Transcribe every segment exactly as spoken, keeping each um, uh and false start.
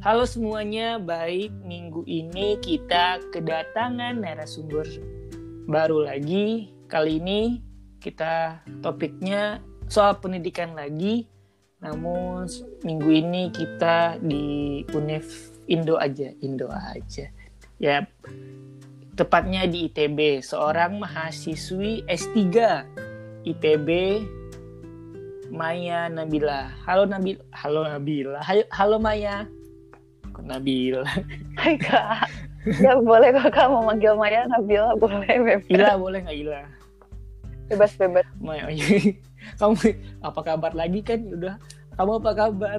Halo semuanya, baik minggu ini kita kedatangan narasumber baru lagi. Kali ini kita topiknya soal pendidikan lagi. Namun minggu ini kita di Univ Indo aja, Indo aja. Ya, tepatnya di I T B. Seorang mahasiswi S tiga I T B, Maya Nabila. Halo Nabil, halo Nabila. Halo, halo Maya. Kok Nabila? Hai Kak. Ya boleh kok Kak mau manggil Maya Nabila, boleh bebas. Ila boleh nggak Ila? Bebas bebas. Maya, kamu apa kabar lagi kan? Udah, kamu apa kabar?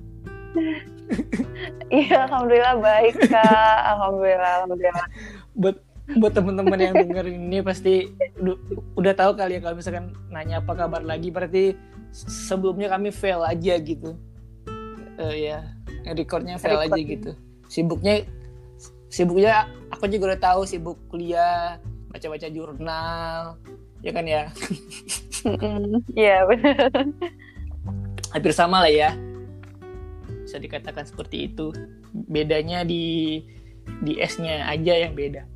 Iya, alhamdulillah baik Kak. Alhamdulillah, alhamdulillah. Buat buat teman-teman yang denger ini pasti udah, udah tahu kali ya kalau misalkan nanya apa kabar lagi berarti sebelumnya kami fail aja gitu. Uh, ya, recordnya fail Record. aja gitu. Sibuknya sibuknya aku juga udah tahu sibuk kuliah, baca-baca jurnal, ya kan ya? Iya benar. Hampir sama lah ya. Bisa dikatakan seperti itu. Bedanya di di S-nya aja yang beda.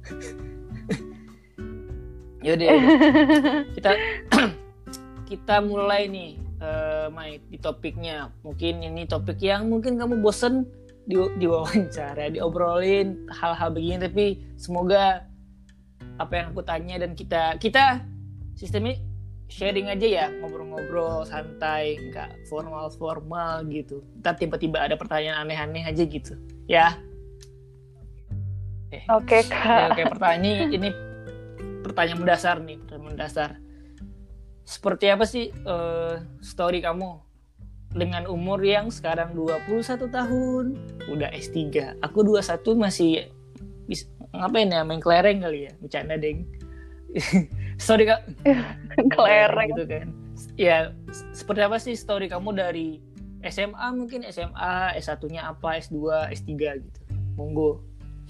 Yaudah, kita kita mulai nih, uh, Mai, di topiknya. Mungkin ini topik yang mungkin kamu bosen di diwawancara, diobrolin hal-hal begini, tapi semoga apa yang aku tanya dan kita kita sistemnya sharing aja ya, ngobrol-ngobrol santai, nggak formal-formal gitu. Ntar tiba-tiba ada pertanyaan aneh-aneh aja gitu, ya. Eh, Oke Kak. Ya, oke, pertanyaan ini pertanyaan mendasar nih, pertanyaan mendasar. Seperti apa sih uh, story kamu dengan umur yang sekarang dua puluh satu tahun, udah S tiga. Aku dua puluh satu masih bis, ngapain ya, main kelereng kali ya, bercanda deng. Story Kak. Kelereng gitu kan. Ya, seperti apa sih story kamu dari S M A mungkin, S M A, S satu-nya apa, S dua, S tiga gitu. Monggo.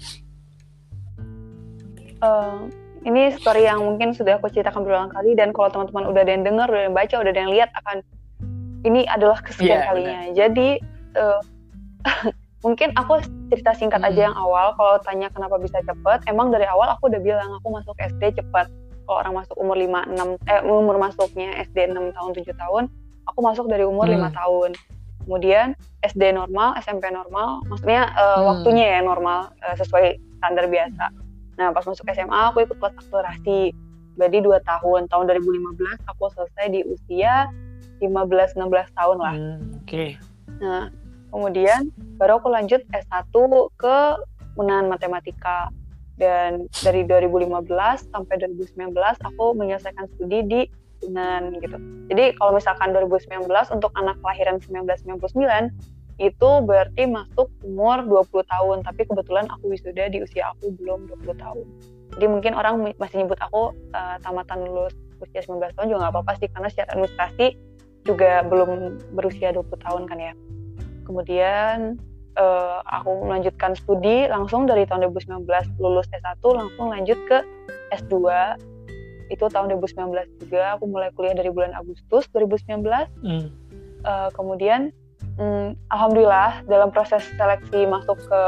Uh, ini story yang mungkin sudah aku ceritakan berulang kali, dan kalau teman-teman udah ada yang dengar, udah ada yang baca, udah ada yang lihat, akan ini adalah kesekian yeah, kalinya. Benar. Jadi uh, mungkin aku cerita singkat hmm. aja yang awal. Kalau tanya kenapa bisa cepet, emang dari awal aku udah bilang aku masuk S D cepet. Kalau orang masuk umur lima enam eh umur masuknya S D enam tahun tujuh tahun, aku masuk dari umur hmm. lima tahun. Kemudian S D normal, S M P normal, maksudnya uh, hmm. waktunya ya normal, uh, sesuai standar biasa. Nah, pas masuk S M A aku ikut kelas akselerasi. Jadi dua tahun, tahun dua ribu lima belas aku selesai di usia lima belas enam belas tahun lah. Hmm, Oke. Okay. Nah, kemudian baru aku lanjut S satu ke Unan Matematika. Dan dari dua ribu lima belas sampai dua ribu sembilan belas aku menyelesaikan studi di Unan gitu. Jadi kalau misalkan dua ribu sembilan belas untuk anak kelahiran seribu sembilan ratus sembilan puluh sembilan itu berarti masuk umur dua puluh tahun, tapi kebetulan aku wisuda di usia aku belum dua puluh tahun. Jadi mungkin orang masih nyebut aku uh, tamatan lulus usia sembilan belas tahun juga nggak apa-apa sih, karena secara administrasi juga belum berusia dua puluh tahun kan ya. Kemudian uh, aku melanjutkan studi langsung dari tahun dua ribu sembilan belas lulus S satu langsung lanjut ke S dua. Itu tahun dua ribu sembilan belas juga, aku mulai kuliah dari bulan Agustus dua ribu sembilan belas. Mm. Uh, kemudian Hmm, alhamdulillah dalam proses seleksi masuk ke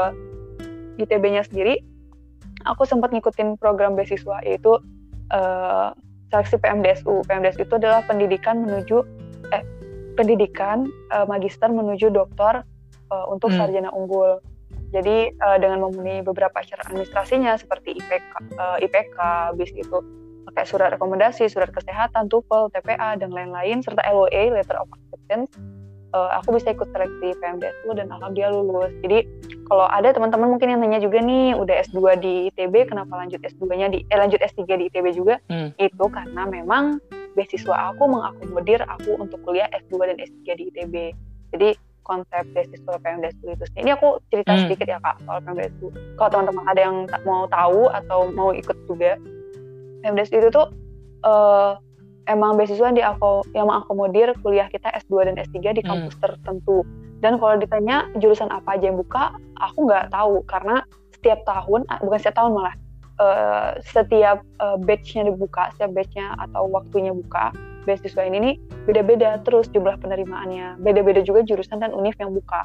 I T B-nya sendiri, aku sempat ngikutin program beasiswa, yaitu uh, seleksi P M D S U. P M D S U itu adalah pendidikan menuju eh pendidikan uh, magister menuju doktor uh, untuk hmm. sarjana unggul. Jadi uh, dengan memenuhi beberapa syarat administrasinya seperti I P K, uh, I P K, bis itu pakai surat rekomendasi, surat kesehatan, TOEFL, T P A dan lain-lain, serta L O A, Letter of Acceptance. Uh, aku bisa ikut seleksi P M D S U dan alhamdulillah lulus. Jadi kalau ada teman-teman mungkin yang nanya juga nih, udah S dua di I T B, kenapa lanjut S dua-nya di eh lanjut S tiga di I T B juga? Hmm. Itu karena memang beasiswa aku mengakomodir aku untuk kuliah S dua dan S tiga di I T B. Jadi konsep beasiswa P M D S U itu. Ini aku cerita hmm. sedikit ya Kak soal P M D S U. Kalau teman-teman ada yang mau tahu atau mau ikut juga, P M D S U itu tuh uh, emang beasiswa yang, diako, yang mengakomodir kuliah kita S dua dan S tiga di kampus hmm. tertentu. Dan kalau ditanya jurusan apa aja yang buka, aku nggak tahu, karena setiap tahun, bukan setiap tahun malah, uh, setiap uh, batch-nya dibuka, setiap batch-nya atau waktunya buka, beasiswa ini nih beda-beda terus jumlah penerimaannya. Beda-beda juga jurusan dan univ yang buka.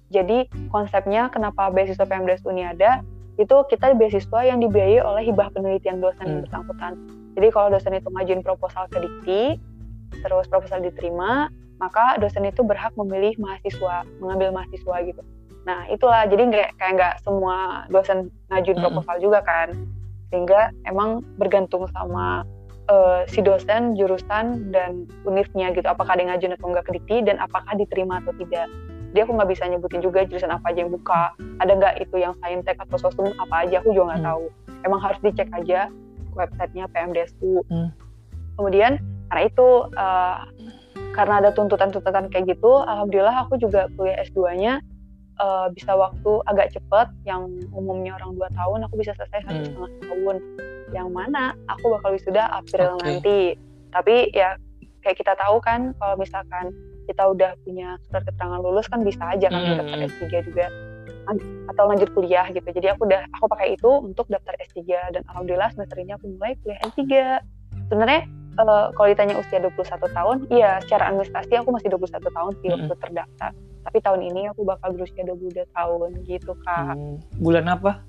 Jadi konsepnya kenapa beasiswa P M D S U ini ada, itu kita beasiswa yang dibiayai oleh hibah penelitian dosen yang Hmm. bersangkutan. Jadi kalau dosen itu ngajuin proposal ke Dikti, terus proposal diterima, maka dosen itu berhak memilih mahasiswa, mengambil mahasiswa gitu. Nah itulah, jadi nggak kayak nggak semua dosen ngajuin Mm-mm. proposal juga kan, sehingga emang bergantung sama uh, si dosen, jurusan, dan univnya gitu, apakah dia ngajuin atau nggak ke Dikti, dan apakah diterima atau tidak. Jadi aku nggak bisa nyebutin juga jurusan apa aja yang buka, ada nggak itu yang saintek atau sosum apa aja, aku juga nggak Hmm. tahu. Emang harus dicek aja websitenya P M D S U. Hmm. Kemudian karena itu uh, karena ada tuntutan-tuntutan kayak gitu, alhamdulillah aku juga kuliah S dua-nya uh, bisa waktu agak cepat, yang umumnya orang dua tahun aku bisa selesai satu Hmm. setengah tahun, yang mana aku bakal wisuda April Oke. nanti. Tapi ya kayak kita tahu kan, kalau misalkan kita udah punya surat keterangan lulus kan bisa aja kan Hmm. daftar S tiga juga atau lanjut kuliah gitu. Jadi aku udah aku pakai itu untuk daftar S tiga, dan alhamdulillah semester ini aku mulai kuliah S tiga. Sebenarnya uh, kalau ditanya usia dua puluh satu tahun, iya secara administrasi aku masih dua puluh satu tahun sih waktu Mm-mm. terdaftar. Tapi tahun ini aku bakal berusia dua puluh dua tahun gitu Kak. Hmm. Bulan apa?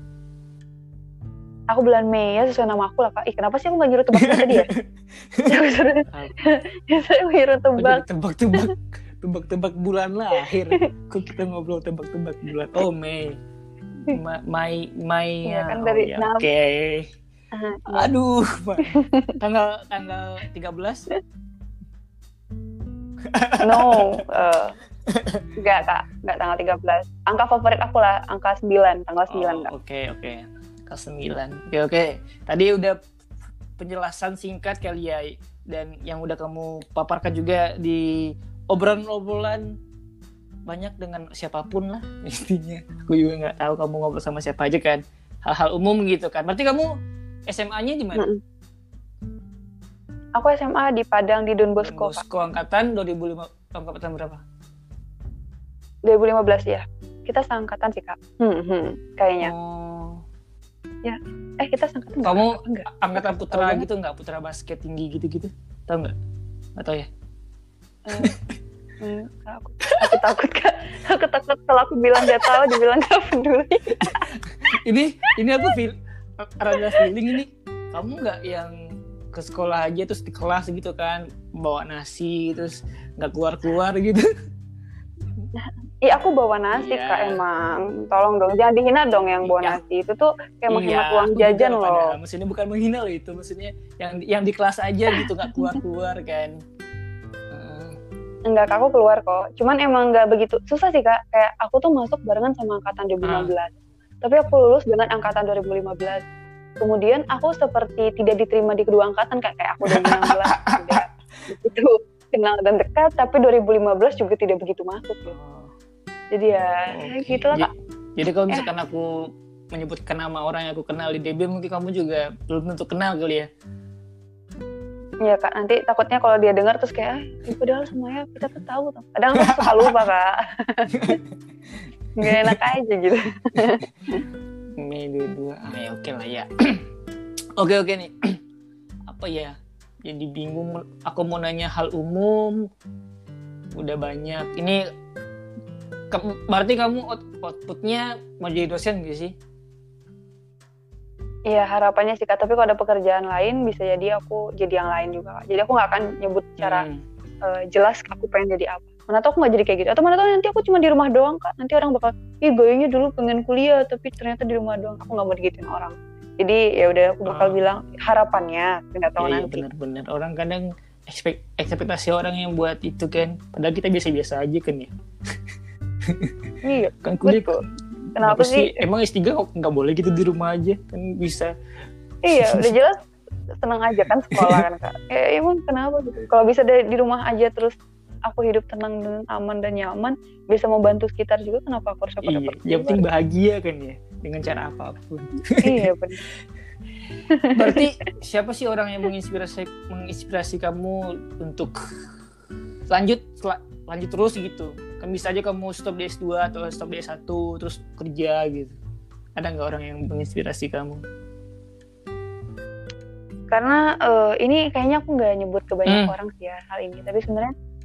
Aku bulan Mei ya, sesuai nama aku lah Kak. Ih kenapa sih aku gak nyuruh tebak tadi ya? Aku suruh saya nyuruh Kok tebak. jadi tebak-tebak tebak-tebak bulan lahir. Kok kita ngobrol tebak-tebak bulan? Oh Mei. Ma- Mai Mai Iya ya. kan Oh, dari ya. nama. Oke. Uh, Aduh, Ma. tanggal tanggal tiga belas. No, uh, enggak Kak, enggak tanggal tiga belas. Angka favorit aku lah, angka sembilan, tanggal sembilan Kak. Oh, oke oke. Ke sembilan. Oke oke. Tadi udah penjelasan singkat kali ya, dan yang udah kamu paparkan juga di obrolan-obrolan banyak dengan siapapun lah intinya. Aku juga nggak tahu kamu ngobrol sama siapa aja kan. Hal-hal umum gitu kan. Berarti kamu S M A-nya di mana? Mm-mm. Aku S M A di Padang di Don Bosco Kak. Bosco angkatan dua ribu lima, angkatan berapa? dua ribu lima belas ya. Kita seangkatan sih Kak. Hmm, hmm, kayaknya. Oh, Eh kita seangkatan kamu apa enggak? angkatan putra Tahu gitu nggak? Putra basket tinggi gitu-gitu? Tahu nggak? Nggak tahu ya? Eh, hmm, aku, aku takut Kak. Aku takut kalau aku bilang nggak tahu, dibilang nggak peduli. ini ini aku feel rada feeling ini. Kamu nggak yang ke sekolah aja terus di kelas gitu kan bawa nasi terus nggak keluar-keluar gitu? Iya aku bawa nasi Iya. Kak emang. Tolong dong, jangan dihina dong yang bawa Iya. nasi. Itu tuh kayak menghemat Iya, uang aku jajan juga loh. padahal. Maksudnya bukan menghina loh itu, maksudnya yang yang di kelas aja gitu nggak keluar-keluar kan. Hmm. Enggak Kak, aku keluar kok. Cuman emang nggak begitu susah sih Kak. Kayak aku tuh masuk barengan sama angkatan dua ribu lima belas. Tapi aku lulus dengan angkatan dua ribu lima belas. Kemudian aku seperti tidak diterima di kedua angkatan Kak. Kayak aku dua ribu enam belas tidak begitu kenal dan dekat, tapi dua ribu lima belas juga tidak begitu masuk gitu. Oh, Jadi ya oke. gitu lah Kak. Jadi, jadi kalau misalkan aku menyebutkan nama orang yang aku kenal di D B, mungkin kamu juga belum tentu kenal kali ya. Iya Kak, nanti takutnya kalau dia dengar terus kayak, ah, padahal semuanya kita tuh tahu. Kadang aku suka lupa Kak. Nggak enak aja gitu. Mei dua puluh dua. Ah, ya oke lah ya. Oke oke nih. Apa ya? Jadi bingung. Aku mau nanya hal umum. Udah banyak. Ini ke- berarti kamu out- outputnya mau jadi dosen gak sih? Iya harapannya sih Kak, tapi kalau ada pekerjaan lain bisa jadi aku jadi yang lain juga Kak. Jadi aku nggak akan nyebut secara Hmm. uh, jelas aku pengen jadi apa. Mana tau aku nggak jadi kayak gitu. Atau mana tau nanti aku cuma di rumah doang Kak. Nanti orang bakal, ih gayanya dulu pengen kuliah tapi ternyata di rumah doang. Aku nggak mau digituin orang. Jadi ya udah aku bakal Ah. bilang harapannya, nggak tahu Iya, iya nanti. benar-benar. Orang kadang ekspek ekspektasi orang yang buat itu kan. Padahal kita biasa-biasa aja kan ya. Iya, Kan kuliah betul. Kenapa sih? Emang S tiga kok nggak boleh gitu di rumah aja? Kan bisa. Iya, udah jelas seneng aja kan sekolah kan Kak. Ya emang kenapa gitu? Kalau bisa di, di rumah aja terus aku hidup tenang dan aman dan nyaman, bisa membantu sekitar juga, kenapa aku harus Iya, dapat yang penting bahagia kan ya. Dengan cara apapun. Iya benar. Berarti siapa sih orang yang menginspirasi menginspirasi kamu untuk lanjut sel- lanjut terus gitu? Kan bisa aja kamu stop di S dua atau stop di S satu terus kerja gitu. Ada nggak orang yang menginspirasi kamu? Karena uh, ini kayaknya aku nggak nyebut ke banyak Hmm. orang sih ya hal ini, tapi sebenarnya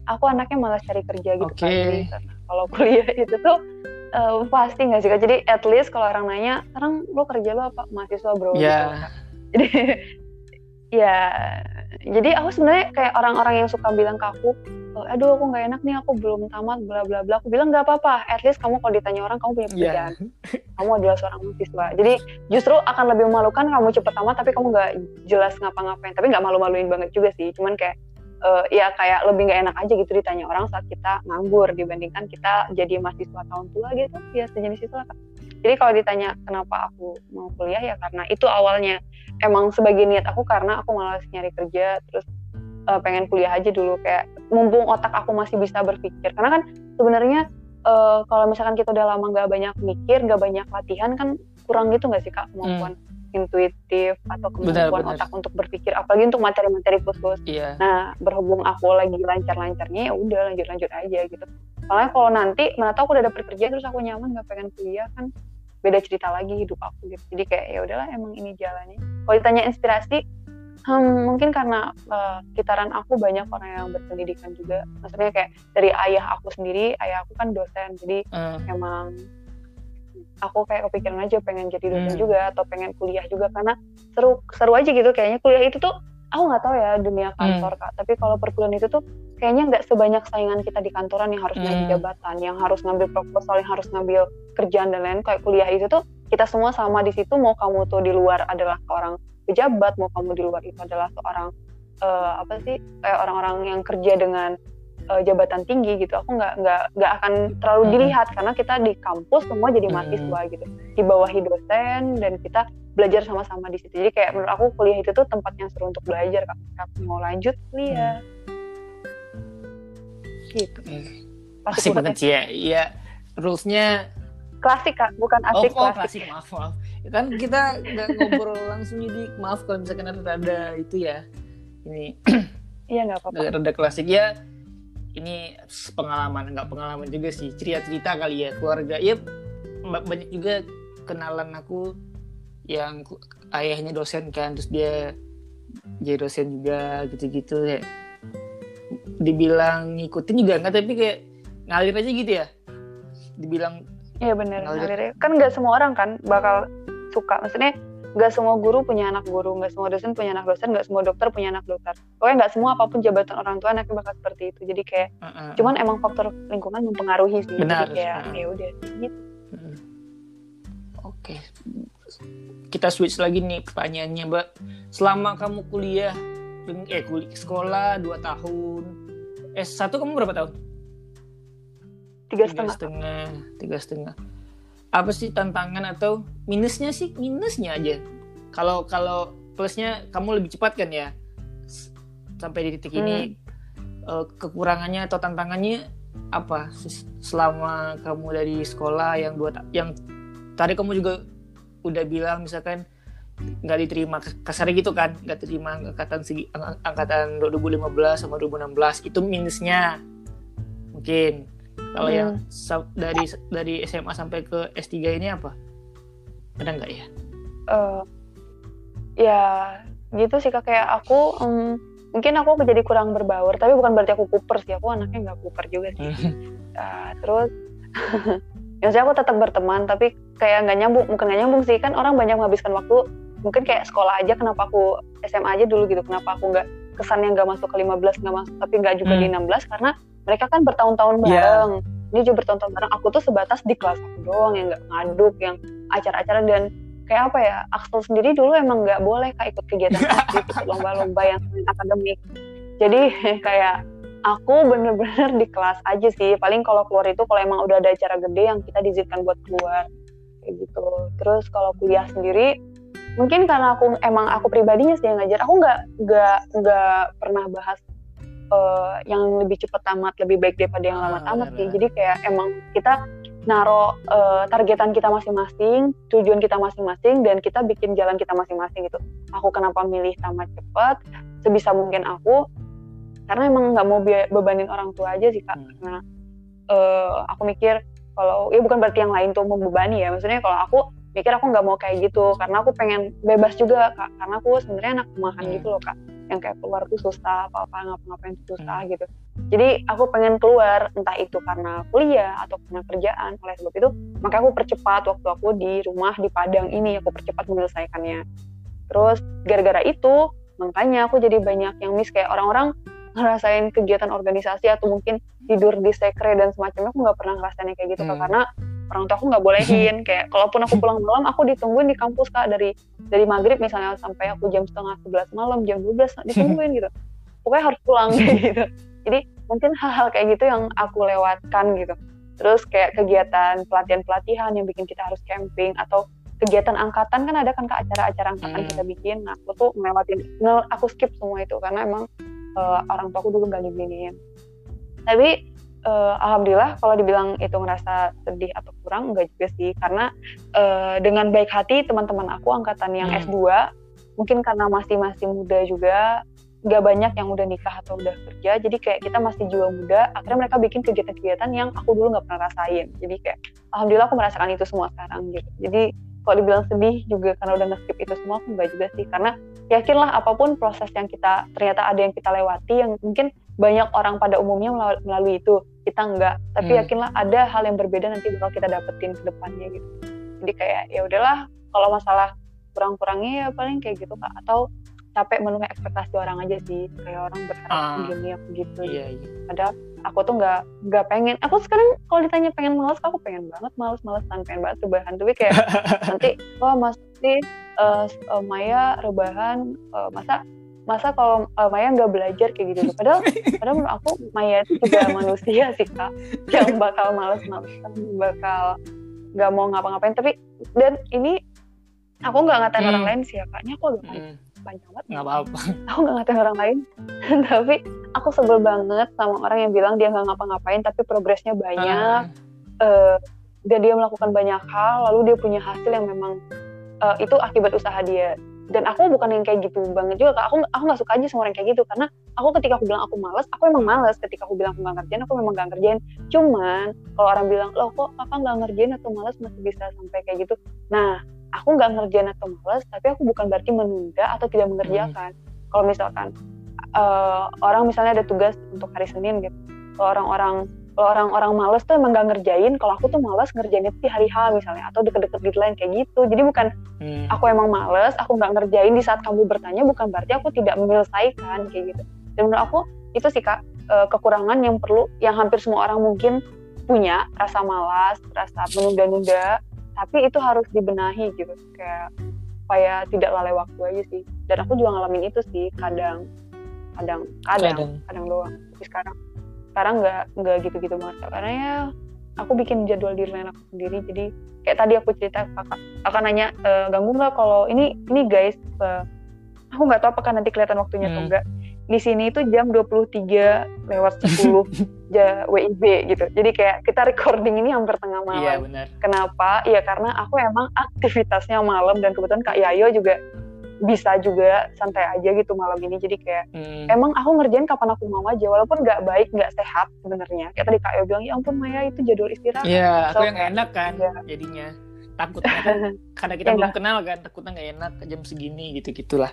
aku anaknya malas cari kerja gitu Oke. kan. Jadi kalau kuliah itu tuh uh, pasti nggak sih Kak. Jadi at least kalau orang nanya, sekarang lo kerja lo apa? Mahasiswa bro. Ya. Gitu loh, Kak. Jadi ya, jadi aku sebenarnya kayak orang-orang yang suka bilang ke aku, aduh aku nggak enak nih, aku belum tamat, bla bla bla. Aku bilang nggak apa-apa. At least kamu kalau ditanya orang, kamu punya pekerjaan. Yeah. Kamu adalah seorang mahasiswa. Jadi justru akan lebih memalukan kamu cepat tamat, tapi kamu nggak jelas ngapa-ngapain. Tapi nggak malu-maluin banget juga sih. Cuman kayak uh, ya kayak lebih nggak enak aja gitu ditanya orang saat kita nganggur dibandingkan kita jadi mahasiswa tahun tua gitu. Ya sejenis itu lah. Jadi kalau ditanya kenapa aku mau kuliah, ya karena itu awalnya emang sebagai niat aku, karena aku malas nyari kerja, terus uh, pengen kuliah aja dulu, kayak mumpung otak aku masih bisa berpikir. Karena kan sebenarnya uh, kalau misalkan kita udah lama nggak banyak mikir, nggak banyak latihan, kan kurang gitu nggak sih Kak kemampuan hmm. intuitif atau kemampuan benar, benar. otak untuk berpikir, apalagi untuk materi-materi khusus. Yeah. Nah berhubung aku lagi lancar-lancarnya, ya udah lanjut-lanjut aja gitu. Soalnya kalau nanti mana tahu aku udah dapet kerja terus aku nyaman nggak pengen kuliah, kan beda cerita lagi hidup aku gitu. Jadi kayak ya udahlah, emang ini jalannya. Kalau ditanya inspirasi, hmm, mungkin karena uh, sekitaran aku banyak orang yang berpendidikan juga. Maksudnya kayak dari ayah aku sendiri, ayah aku kan dosen, jadi uh. emang aku kayak kepikiran aja pengen jadi dosen hmm. juga, atau pengen kuliah juga, karena seru seru aja gitu kayaknya. Kuliah itu tuh aku nggak tahu ya dunia kantor hmm. Kak, tapi kalau perkuliahan itu tuh kayaknya nggak sebanyak saingan kita di kantoran yang harus naik hmm. jabatan, yang harus ngambil proposal, yang harus ngambil kerjaan dan lain. Kayak kuliah itu tuh kita semua sama di situ, mau kamu tuh di luar adalah seorang pejabat, mau kamu di luar itu adalah seorang uh, apa sih kayak orang-orang yang kerja dengan uh, jabatan tinggi gitu. Aku nggak nggak nggak akan terlalu dilihat karena kita di kampus semua jadi mahasiswa gitu, dibawahi dosen dan kita belajar sama-sama di situ. Jadi kayak menurut aku kuliah itu tuh tempat yang seru untuk belajar Kak. Aku mau lanjut kuliah. Gitu. Asik banget sih ya. Iya, rules-nya klasik Kak, bukan asik. Oh, oh klasik. klasik, maaf, maaf. Ya kan kita nggak ngobrol langsung, jadi maaf kalau misalkan ada, ada itu ya. Ini iya nggak apa-apa. Ada klasik ya. Ini pengalaman, nggak pengalaman juga sih. Cerita-cerita kali ya, keluarga. Ya banyak juga kenalan aku yang ayahnya dosen kan, terus dia jadi dosen juga gitu-gitu ya. Dibilang ngikutin juga enggak, tapi kayak ngalir aja gitu ya. Dibilang iya benar, ngalir. Kan nggak semua orang kan bakal suka. Maksudnya nggak semua guru punya anak guru, nggak semua dosen punya anak dosen, nggak semua dokter punya anak dokter. Pokoknya nggak semua apapun jabatan orang tua anaknya bakal seperti itu. Jadi kayak uh-uh. cuman emang faktor lingkungan mempengaruhi sih. Benar. Jadi kayak uh-uh. ya udah gitu. Uh-uh. Oke. Kita switch lagi nih pertanyaannya, Mbak. Selama kamu kuliah eh kuliah sekolah dua tahun, S satu kamu berapa tahun? Tiga setengah. Tiga setengah, tiga setengah. Apa sih tantangan atau minusnya sih? Minusnya aja. Kalau kalau plusnya kamu lebih cepat kan ya sampai di titik hmm. ini. Uh, kekurangannya atau tantangannya apa? Selama kamu dari sekolah yang dua ta- yang tadi kamu juga udah bilang misalkan nggak diterima kasar gitu kan, nggak terima angkatan segi, angkatan dua ribu lima belas sama dua ribu enam belas, itu minusnya mungkin. Kalau hmm. yang dari dari S M A sampai ke S tiga ini apa? Ada nggak ya? Uh, ya gitu sih Kak, kayak aku um, mungkin aku jadi kurang berbaur, tapi bukan berarti aku kuper sih, aku anaknya nggak kuper juga sih. uh, terus ya maksudnya aku tetap berteman, tapi kayak nggak nyambung, mungkin nggak nyambung sih, kan orang banyak menghabiskan waktu, mungkin kayak sekolah aja, kenapa aku S M A aja dulu gitu, kenapa aku nggak kesannya nggak masuk ke lima belas, nggak masuk tapi nggak juga hmm. di enam belas, karena mereka kan bertahun-tahun bareng, yeah. Ini juga bertahun-tahun bareng, aku tuh sebatas di kelas aku doang yang nggak ngaduk, yang acara-acara, dan kayak apa ya, Axel sendiri dulu emang nggak boleh Kak ikut kegiatan ikut lomba-lomba yang akademik, jadi kayak aku bener-bener di kelas aja sih. Paling kalau keluar itu kalau emang udah ada acara gede yang kita diizinkan buat keluar kayak gitu. Terus kalau kuliah sendiri, mungkin karena aku emang aku pribadinya sih yang ngajar, aku nggak nggak nggak pernah bahas uh, yang lebih cepat tamat lebih baik daripada yang lama tamat sih. Jadi kayak emang kita naro uh, targetan kita masing-masing, tujuan kita masing-masing, dan kita bikin jalan kita masing-masing gitu. Aku kenapa milih tamat cepat sebisa mungkin aku, karena emang nggak mau be- bebanin orang tua aja sih Kak. Hmm. Karena uh, aku mikir kalau ya bukan berarti yang lain tuh membebani ya, maksudnya kalau aku mikir aku nggak mau kayak gitu, karena aku pengen bebas juga Kak, karena aku sebenarnya anak rumahan hmm. gitu loh Kak, yang kayak keluar tuh susah, apa-apa ngapa-ngapain susah hmm. gitu. Jadi aku pengen keluar, entah itu karena kuliah atau karena kerjaan. Oleh sebab itu, maka aku percepat waktu aku di rumah di Padang ini, aku percepat menyelesaikannya. Terus gara-gara itu, makanya aku jadi banyak yang miss, kayak orang-orang ngerasain kegiatan organisasi atau mungkin tidur di sekre dan semacamnya. Aku nggak pernah ngerasain kayak gitu, hmm. Kak, karena orang tua aku nggak bolehin. Kayak kalaupun aku pulang malam, aku ditungguin di kampus, Kak, dari dari maghrib misalnya sampai aku jam setengah sebelas malam, jam dua belas ditungguin gitu. Pokoknya harus pulang gitu. Jadi mungkin hal-hal kayak gitu yang aku lewatkan gitu. Terus kayak kegiatan pelatihan-pelatihan yang bikin kita harus camping, atau kegiatan angkatan kan ada kan, Kak, acara-acara angkatan hmm. kita bikin. Nah, aku tuh melewatin, aku skip semua itu karena emang uh, orang tua aku dulu gak ngizinin. Tapi uh, alhamdulillah kalau dibilang itu ngerasa sedih atau kurang, enggak juga sih, karena uh, dengan baik hati teman-teman aku angkatan yang hmm. S dua, mungkin karena masih-masih muda juga, nggak banyak yang udah nikah atau udah kerja, jadi kayak kita masih jiwa muda, akhirnya mereka bikin kegiatan-kegiatan yang aku dulu nggak pernah rasain. Jadi kayak alhamdulillah aku merasakan itu semua sekarang gitu. Jadi kalau dibilang sedih juga karena udah nge-skip itu semua, aku nggak juga sih, karena yakinlah apapun proses yang kita ternyata ada yang kita lewati yang mungkin banyak orang pada umumnya melalui itu, kita nggak, tapi hmm. yakinlah ada hal yang berbeda nanti bakal kita dapetin ke depannya gitu. Jadi kayak ya udahlah, kalau masalah kurang-kurangnya ya paling kayak gitu, Kak, atau capek memenuhi ekspektasi orang aja sih, kayak orang berharap ah, gini aku gitu. Iya, iya. Padahal aku tuh nggak nggak pengen. Aku sekarang kalau ditanya pengen malas, aku pengen banget malas-malasan, pengen banget rebahan. Tapi kayak nanti, wah mas sih uh, uh, Maya rebahan, uh, masa masa kalau uh, Maya nggak belajar kayak gitu. Padahal padahal menurut aku Maya itu juga manusia sih, Kak, yang bakal malas-malasan, bakal nggak mau ngapa-ngapain. Tapi dan ini aku nggak ngatain hmm. orang lain sih ya, Kak. Ini aku agak hmm. panjang banget. Nggak apa-apa. Aku nggak ngatain orang lain, tapi aku sebel banget sama orang yang bilang dia nggak ngapa-ngapain tapi progresnya banyak, uh. Uh, dan dia melakukan banyak hal, lalu dia punya hasil yang memang uh, itu akibat usaha dia. Dan aku bukan yang kayak gitu banget juga, Kak. Aku aku nggak suka aja sama orang kayak gitu, karena aku ketika aku bilang aku malas, aku emang malas. Ketika aku bilang aku nggak ngerjain, aku memang nggak ngerjain. Cuman kalau orang bilang, loh kok kakak nggak ngerjain atau malas masih bisa sampai kayak gitu. Nah, aku nggak ngerjain atau malas, tapi aku bukan berarti menunda atau tidak mengerjakan. Hmm. Kalau misalkan uh, orang misalnya ada tugas untuk hari Senin gitu, kalau orang-orang kalau orang-orang malas tuh emang nggak ngerjain. Kalau aku tuh malas ngerjain itu di hari H misalnya, atau deket-deket deadline kayak gitu. Jadi bukan hmm. aku emang malas, aku nggak ngerjain di saat kamu bertanya, bukan berarti aku tidak menyelesaikan kayak gitu. Dan menurut aku itu sih, Kak, uh, kekurangan yang perlu, yang hampir semua orang mungkin punya, rasa malas, rasa menunda-nunda. Tapi itu harus dibenahi gitu, kayak supaya tidak lalai waktu aja sih. Dan aku juga ngalamin itu sih, kadang, kadang, kadang, kadang, kadang doang. Tapi sekarang, sekarang nggak nggak gitu-gitu banget, karena ya aku bikin jadwal diri aku sendiri. Jadi kayak tadi aku cerita kakak, kakak nanya e, ganggu nggak kalau ini ini guys, uh, aku nggak tahu apakah nanti kelihatan waktunya hmm. atau enggak. Di sini itu jam dua puluh tiga lewat sepuluh W I B gitu. Jadi kayak kita recording ini hampir tengah malam. Iya, benar. Kenapa? Iya karena aku emang aktivitasnya malam, dan kebetulan Kak Yayo juga bisa juga santai aja gitu malam ini. Jadi kayak hmm. emang aku ngerjain kapan aku mau aja, walaupun nggak baik, nggak sehat sebenarnya. Kayak tadi Kak Yayo bilang, ya ampun Maya itu jadwal istirahat. Iya, so, aku yang enak kan ya. Jadinya takutnya kan karena kita belum kenal kan, takutnya nggak enak jam segini gitu-gitulah.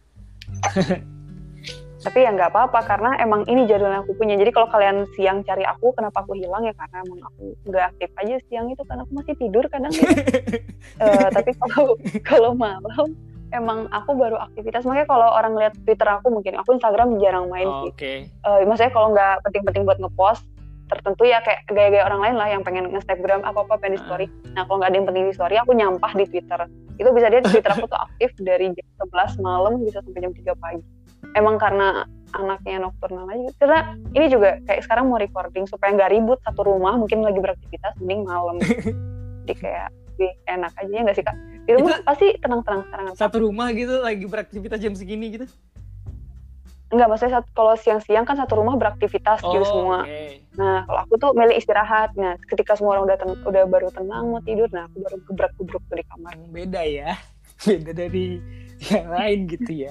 Tapi ya nggak apa-apa, karena emang ini jadwal yang aku punya. Jadi kalau kalian siang cari aku, kenapa aku hilang ya karena emang aku nggak aktif aja siang itu, karena aku masih tidur kadang gitu. uh, tapi kalau kalau malam emang aku baru aktivitas. Makanya kalau orang lihat Twitter aku, mungkin aku Instagram jarang main oh, sih. Okay. Uh, maksudnya kalau nggak penting-penting buat ngepost tertentu ya, kayak gaya-gaya orang lain lah yang pengen nge-Snapgram apa-apa pengen di story. Uh. Nah kalau nggak ada yang penting di story, aku nyampah di Twitter. Itu bisa dia Twitter aku tuh aktif dari jam sebelas malam bisa sampai jam tiga pagi. Emang karena anaknya nocturnal aja. Karena ini juga kayak sekarang mau recording supaya nggak ribut satu rumah, mungkin lagi beraktivitas, mending malam. Jadi kayak lebih enak aja ya nggak sih, Kak? Di rumah itu pasti tenang-tenang sekarang. Satu rumah gitu lagi beraktivitas jam segini gitu? Enggak, maksudnya satu, kalau siang-siang kan satu rumah beraktivitas oh, gitu semua. Okay. Nah kalau aku tuh milih istirahat. Nah ketika semua orang udah ten- udah baru tenang mau tidur, nah aku baru gebrak-gebruk tuh di kamar. Beda ya, beda dari yang lain gitu ya.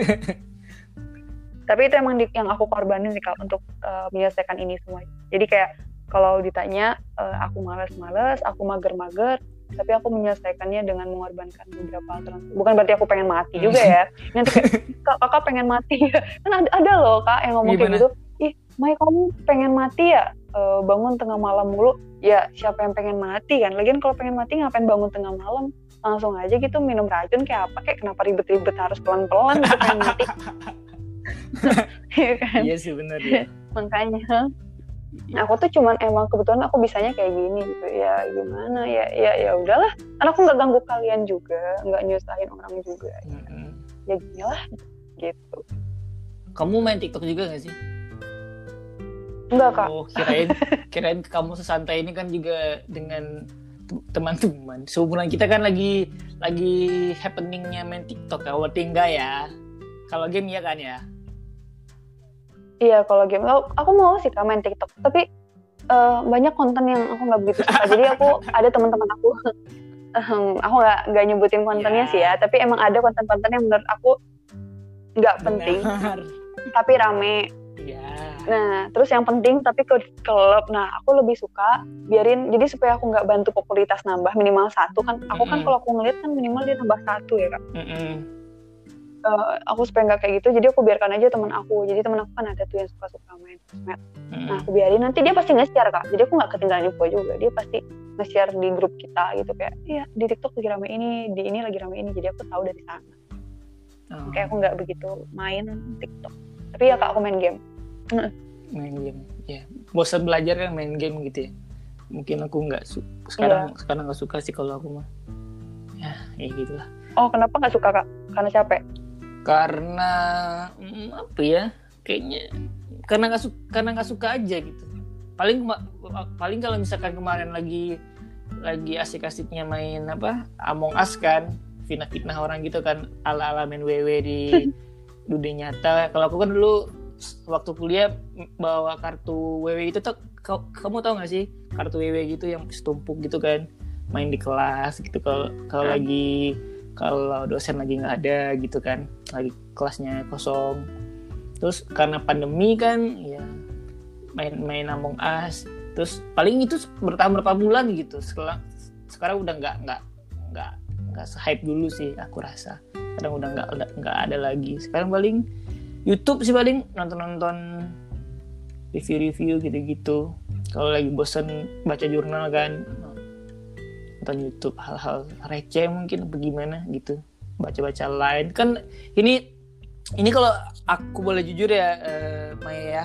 Tapi itu emang di, yang aku korbanin sih, Kak, untuk uh, menyelesaikan ini semua. Jadi kayak kalau ditanya uh, aku malas-malas, aku mager-mager, tapi aku menyelesaikannya dengan mengorbankan beberapa alternatif. Bukan berarti aku pengen mati juga ya. Nanti kayak, Kak, kakak pengen mati ya. Kan ada, ada loh, Kak, yang ngomong kayak gitu. Ih, Mai kamu pengen mati ya, uh, bangun tengah malam mulu. Ya siapa yang pengen mati kan, lagian kalau pengen mati ngapain bangun tengah malam, langsung aja gitu minum racun kayak apa, kayak kenapa ribet-ribet harus pelan-pelan gitu pengen mati. Iya kan? Iya sih benar ya. Makanya aku tuh cuman emang kebetulan aku bisanya kayak gini gitu ya, gimana ya ya ya udahlah, karena aku nggak ganggu kalian juga, nggak nyusahin orang juga. Mm-hmm. Ya ginilah gitu. Kamu main TikTok juga nggak sih? Enggak, Kak. Oh, kirain kirain kamu sesantai ini kan juga dengan teman-teman. Seumuran kita kan lagi lagi happeningnya main TikTok ya. Berarti enggak ya? Kalau game ya kan ya? Iya, kalau game aku mau sih Kak main TikTok, tapi uh, banyak konten yang aku nggak begitu suka. Jadi aku ada teman-teman aku, um, aku nggak nggak nyebutin kontennya yeah. sih ya. Tapi emang ada konten-konten yang menurut aku nggak penting, tapi rame. Yeah. Nah, terus yang penting tapi ke klub. Nah, aku lebih suka biarin, jadi supaya aku nggak bantu popularitas nambah minimal satu kan. Aku mm-hmm. kan kalau aku ngeliat kan minimal dia nambah satu ya Kak. Mm-hmm. Uh, aku supaya nggak kayak gitu, jadi aku biarkan aja teman aku. Jadi teman aku kan ada tuh yang suka-suka main sosmed. Mm-hmm. Nah, aku biarin, nanti dia pasti nge-share Kak. Jadi aku nggak ketinggalan info juga. Dia pasti nge-share di grup kita gitu kayak, iya di TikTok lagi rame ini, di ini lagi rame ini. Jadi aku tahu dari sana. Oh. Kayak aku nggak begitu main TikTok. Tapi ya Kak, aku main game. Main game, ya. Bosan belajar kan main game gitu ya. Mungkin aku nggak su- sekarang yeah. sekarang nggak suka sih kalau aku mah. Ya, ya gitulah. Oh, kenapa nggak suka Kak? Karena capek? Karena hmm, apa ya? Kayaknya karena nggak suka, karena nggak suka aja gitu. Paling paling kalau misalkan kemarin lagi lagi asik-asiknya main apa? Among Us kan, fitnah-fitnah orang gitu kan, ala-ala main W W di dunia nyata. Kalau aku kan dulu waktu kuliah bawa kartu W W itu tuh, kamu tahu nggak sih kartu W W gitu yang setumpuk gitu kan, main di kelas gitu kalau kalau lagi kalau dosen lagi nggak ada gitu kan, lagi kelasnya kosong. Terus karena pandemi kan ya main-main Among Us, terus paling itu bertahan berapa bulan gitu. Sekarang sekarang udah nggak nggak nggak nggak se-hype dulu sih aku rasa. Sekarang udah nggak nggak ada lagi. Sekarang paling YouTube sih, paling nonton-nonton review-review gitu-gitu. Kalau lagi bosan baca jurnal kan, nonton YouTube hal-hal receh mungkin bagaimana gitu, baca-baca lain kan. Ini ini kalau aku boleh jujur ya, uh, Maya ya,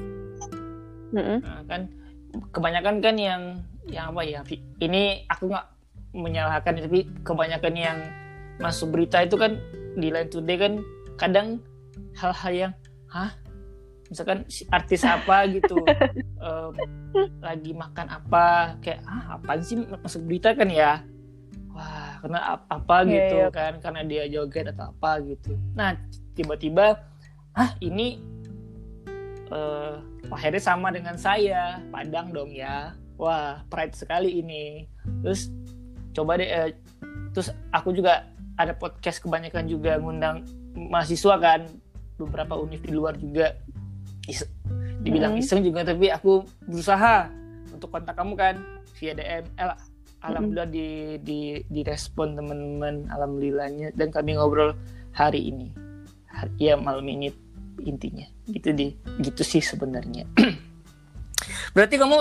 mm-hmm. nah, kan kebanyakan kan yang yang apa ya? Ini aku nggak menyalahkan, tapi kebanyakan yang masuk berita itu kan di Line Today kan kadang hal-hal yang hah misalkan artis apa gitu um, lagi makan apa, kayak ah apaan sih masuk berita kan ya, wah karena apa gitu yeah, yeah. kan karena dia joget atau apa gitu. Nah tiba-tiba ah ini uh, akhirnya sama dengan saya, Padang dong ya, wah pride sekali ini. Terus coba deh uh, terus aku juga ada podcast, kebanyakan juga ngundang mahasiswa kan, beberapa univ di luar juga. Is- dibilang iseng juga, tapi aku berusaha untuk kontak kamu kan via D M. Eh, alhamdulillah di di direspon teman-teman, alhamdulillahnya, dan kami ngobrol hari ini. Ya malam ini intinya. Gitu deh. Gitu sih sebenarnya. Berarti kamu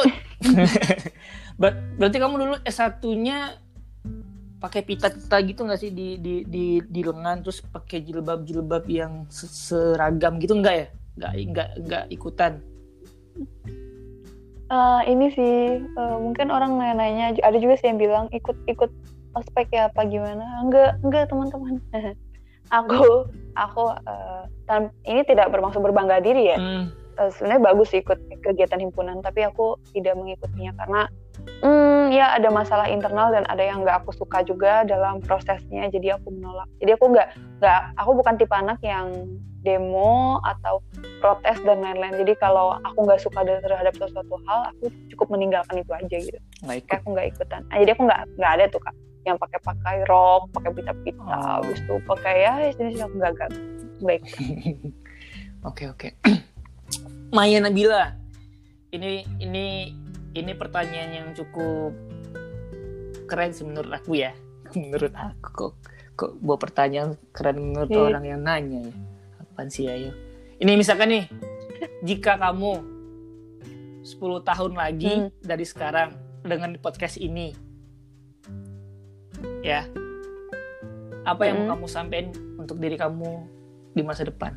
ber- berarti kamu dulu S satu-nya pakai pita-pita gitu nggak sih di di di di lengan, terus pakai jilbab-jilbab yang seragam gitu nggak ya? Nggak nggak nggak ikutan. Uh, ini sih uh, mungkin orang nanya, ada juga sih yang bilang ikut ikut ospek ya apa gimana? Enggak enggak teman-teman. aku aku uh, tan- ini tidak bermaksud berbangga diri ya. Hmm. Uh, sebenarnya bagus ikut kegiatan himpunan, tapi aku tidak mengikutinya karena hmm, ya ada masalah internal dan ada yang nggak aku suka juga dalam prosesnya, jadi aku menolak. Jadi aku nggak nggak aku bukan tipe anak yang demo atau protes dan lain-lain. Jadi kalau aku nggak suka terhadap sesuatu hal, aku cukup meninggalkan itu aja gitu. Kayak aku nggak ikutan. Nah, jadi aku nggak nggak ada tuh Kak yang pakai-pakai rok, pakai pita-pita, oh. habis itu pakai ya jenis aku nggak nggak ikutan. Oke oke. Maya Nabila, ini ini ini pertanyaan yang cukup keren sih menurut aku ya. Menurut aku kok kok buat pertanyaan keren menurut hmm. orang yang nanya ya. Apaan sih ayo? Ini misalkan nih, jika kamu sepuluh tahun lagi hmm. dari sekarang dengan podcast ini, ya, apa yang hmm. mau kamu sampaikan untuk diri kamu di masa depan?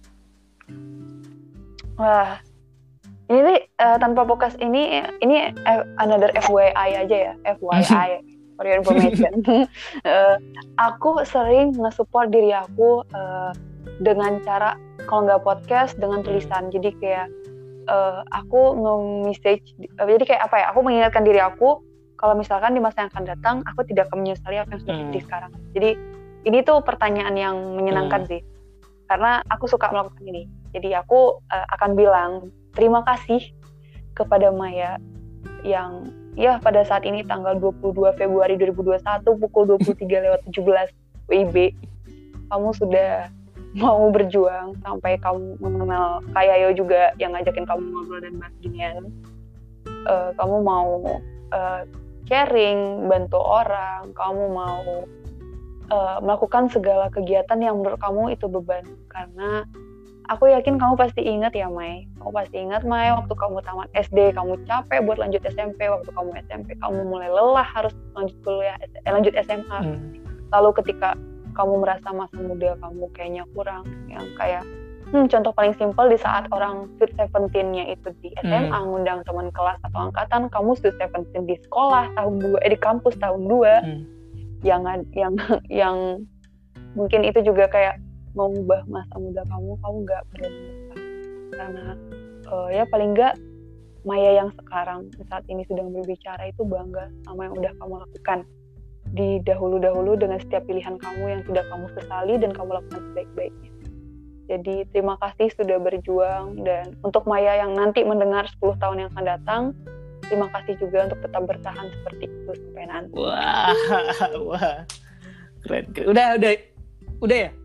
Wah, ini uh, tanpa podcast ini, ini another F Y I aja ya, F Y I for your information. uh, aku sering nge-support diri aku uh, dengan cara, kalau nggak podcast, dengan tulisan. Jadi kayak uh, aku nge-message, uh, jadi kayak apa ya, aku mengingatkan diri aku kalau misalkan di masa yang akan datang aku tidak akan menyesali apa yang sudah terjadi hmm. sekarang. Jadi ini tuh pertanyaan yang menyenangkan hmm. sih, karena aku suka melakukan ini. Jadi aku uh, akan bilang terima kasih kepada Maya yang ya pada saat ini tanggal dua puluh dua Februari dua ribu dua puluh satu pukul dua puluh tiga lewat tujuh belas W I B, kamu sudah mau berjuang sampai kamu mengenal Kak Yayo juga yang ngajakin kamu ngobrol dan bahas ginian. Uh, kamu mau uh, sharing, bantu orang, kamu mau uh, melakukan segala kegiatan yang menurut kamu itu beban. Karena aku yakin kamu pasti ingat ya, Mai. Kamu pasti ingat, Mai, waktu kamu tamat S D, kamu capek buat lanjut S M P. Waktu kamu S M P, kamu mulai lelah harus lanjut kuliah, eh, lanjut S M A. Hmm. Lalu ketika kamu merasa masa muda kamu kayaknya kurang, yang kayak, hmm, contoh paling simpel di saat orang Sweet Seventeen-nya itu di S M A, hmm. ngundang teman kelas atau angkatan, kamu Sweet Seventeen di sekolah tahun dua, eh di kampus tahun dua, hmm. yang yang yang mungkin itu juga kayak mengubah masa muda kamu, kamu nggak perlu menyesal. Karena uh, ya paling nggak Maya yang sekarang saat ini sedang berbicara itu bangga sama yang udah kamu lakukan di dahulu-dahulu dengan setiap pilihan kamu yang tidak kamu sesali dan kamu lakukan sebaik-baiknya. Jadi terima kasih sudah berjuang, dan untuk Maya yang nanti mendengar sepuluh tahun yang akan datang, terima kasih juga untuk tetap bertahan seperti itu sampai nanti. Wah, wah, keren, keren. Udah, udah, udah ya.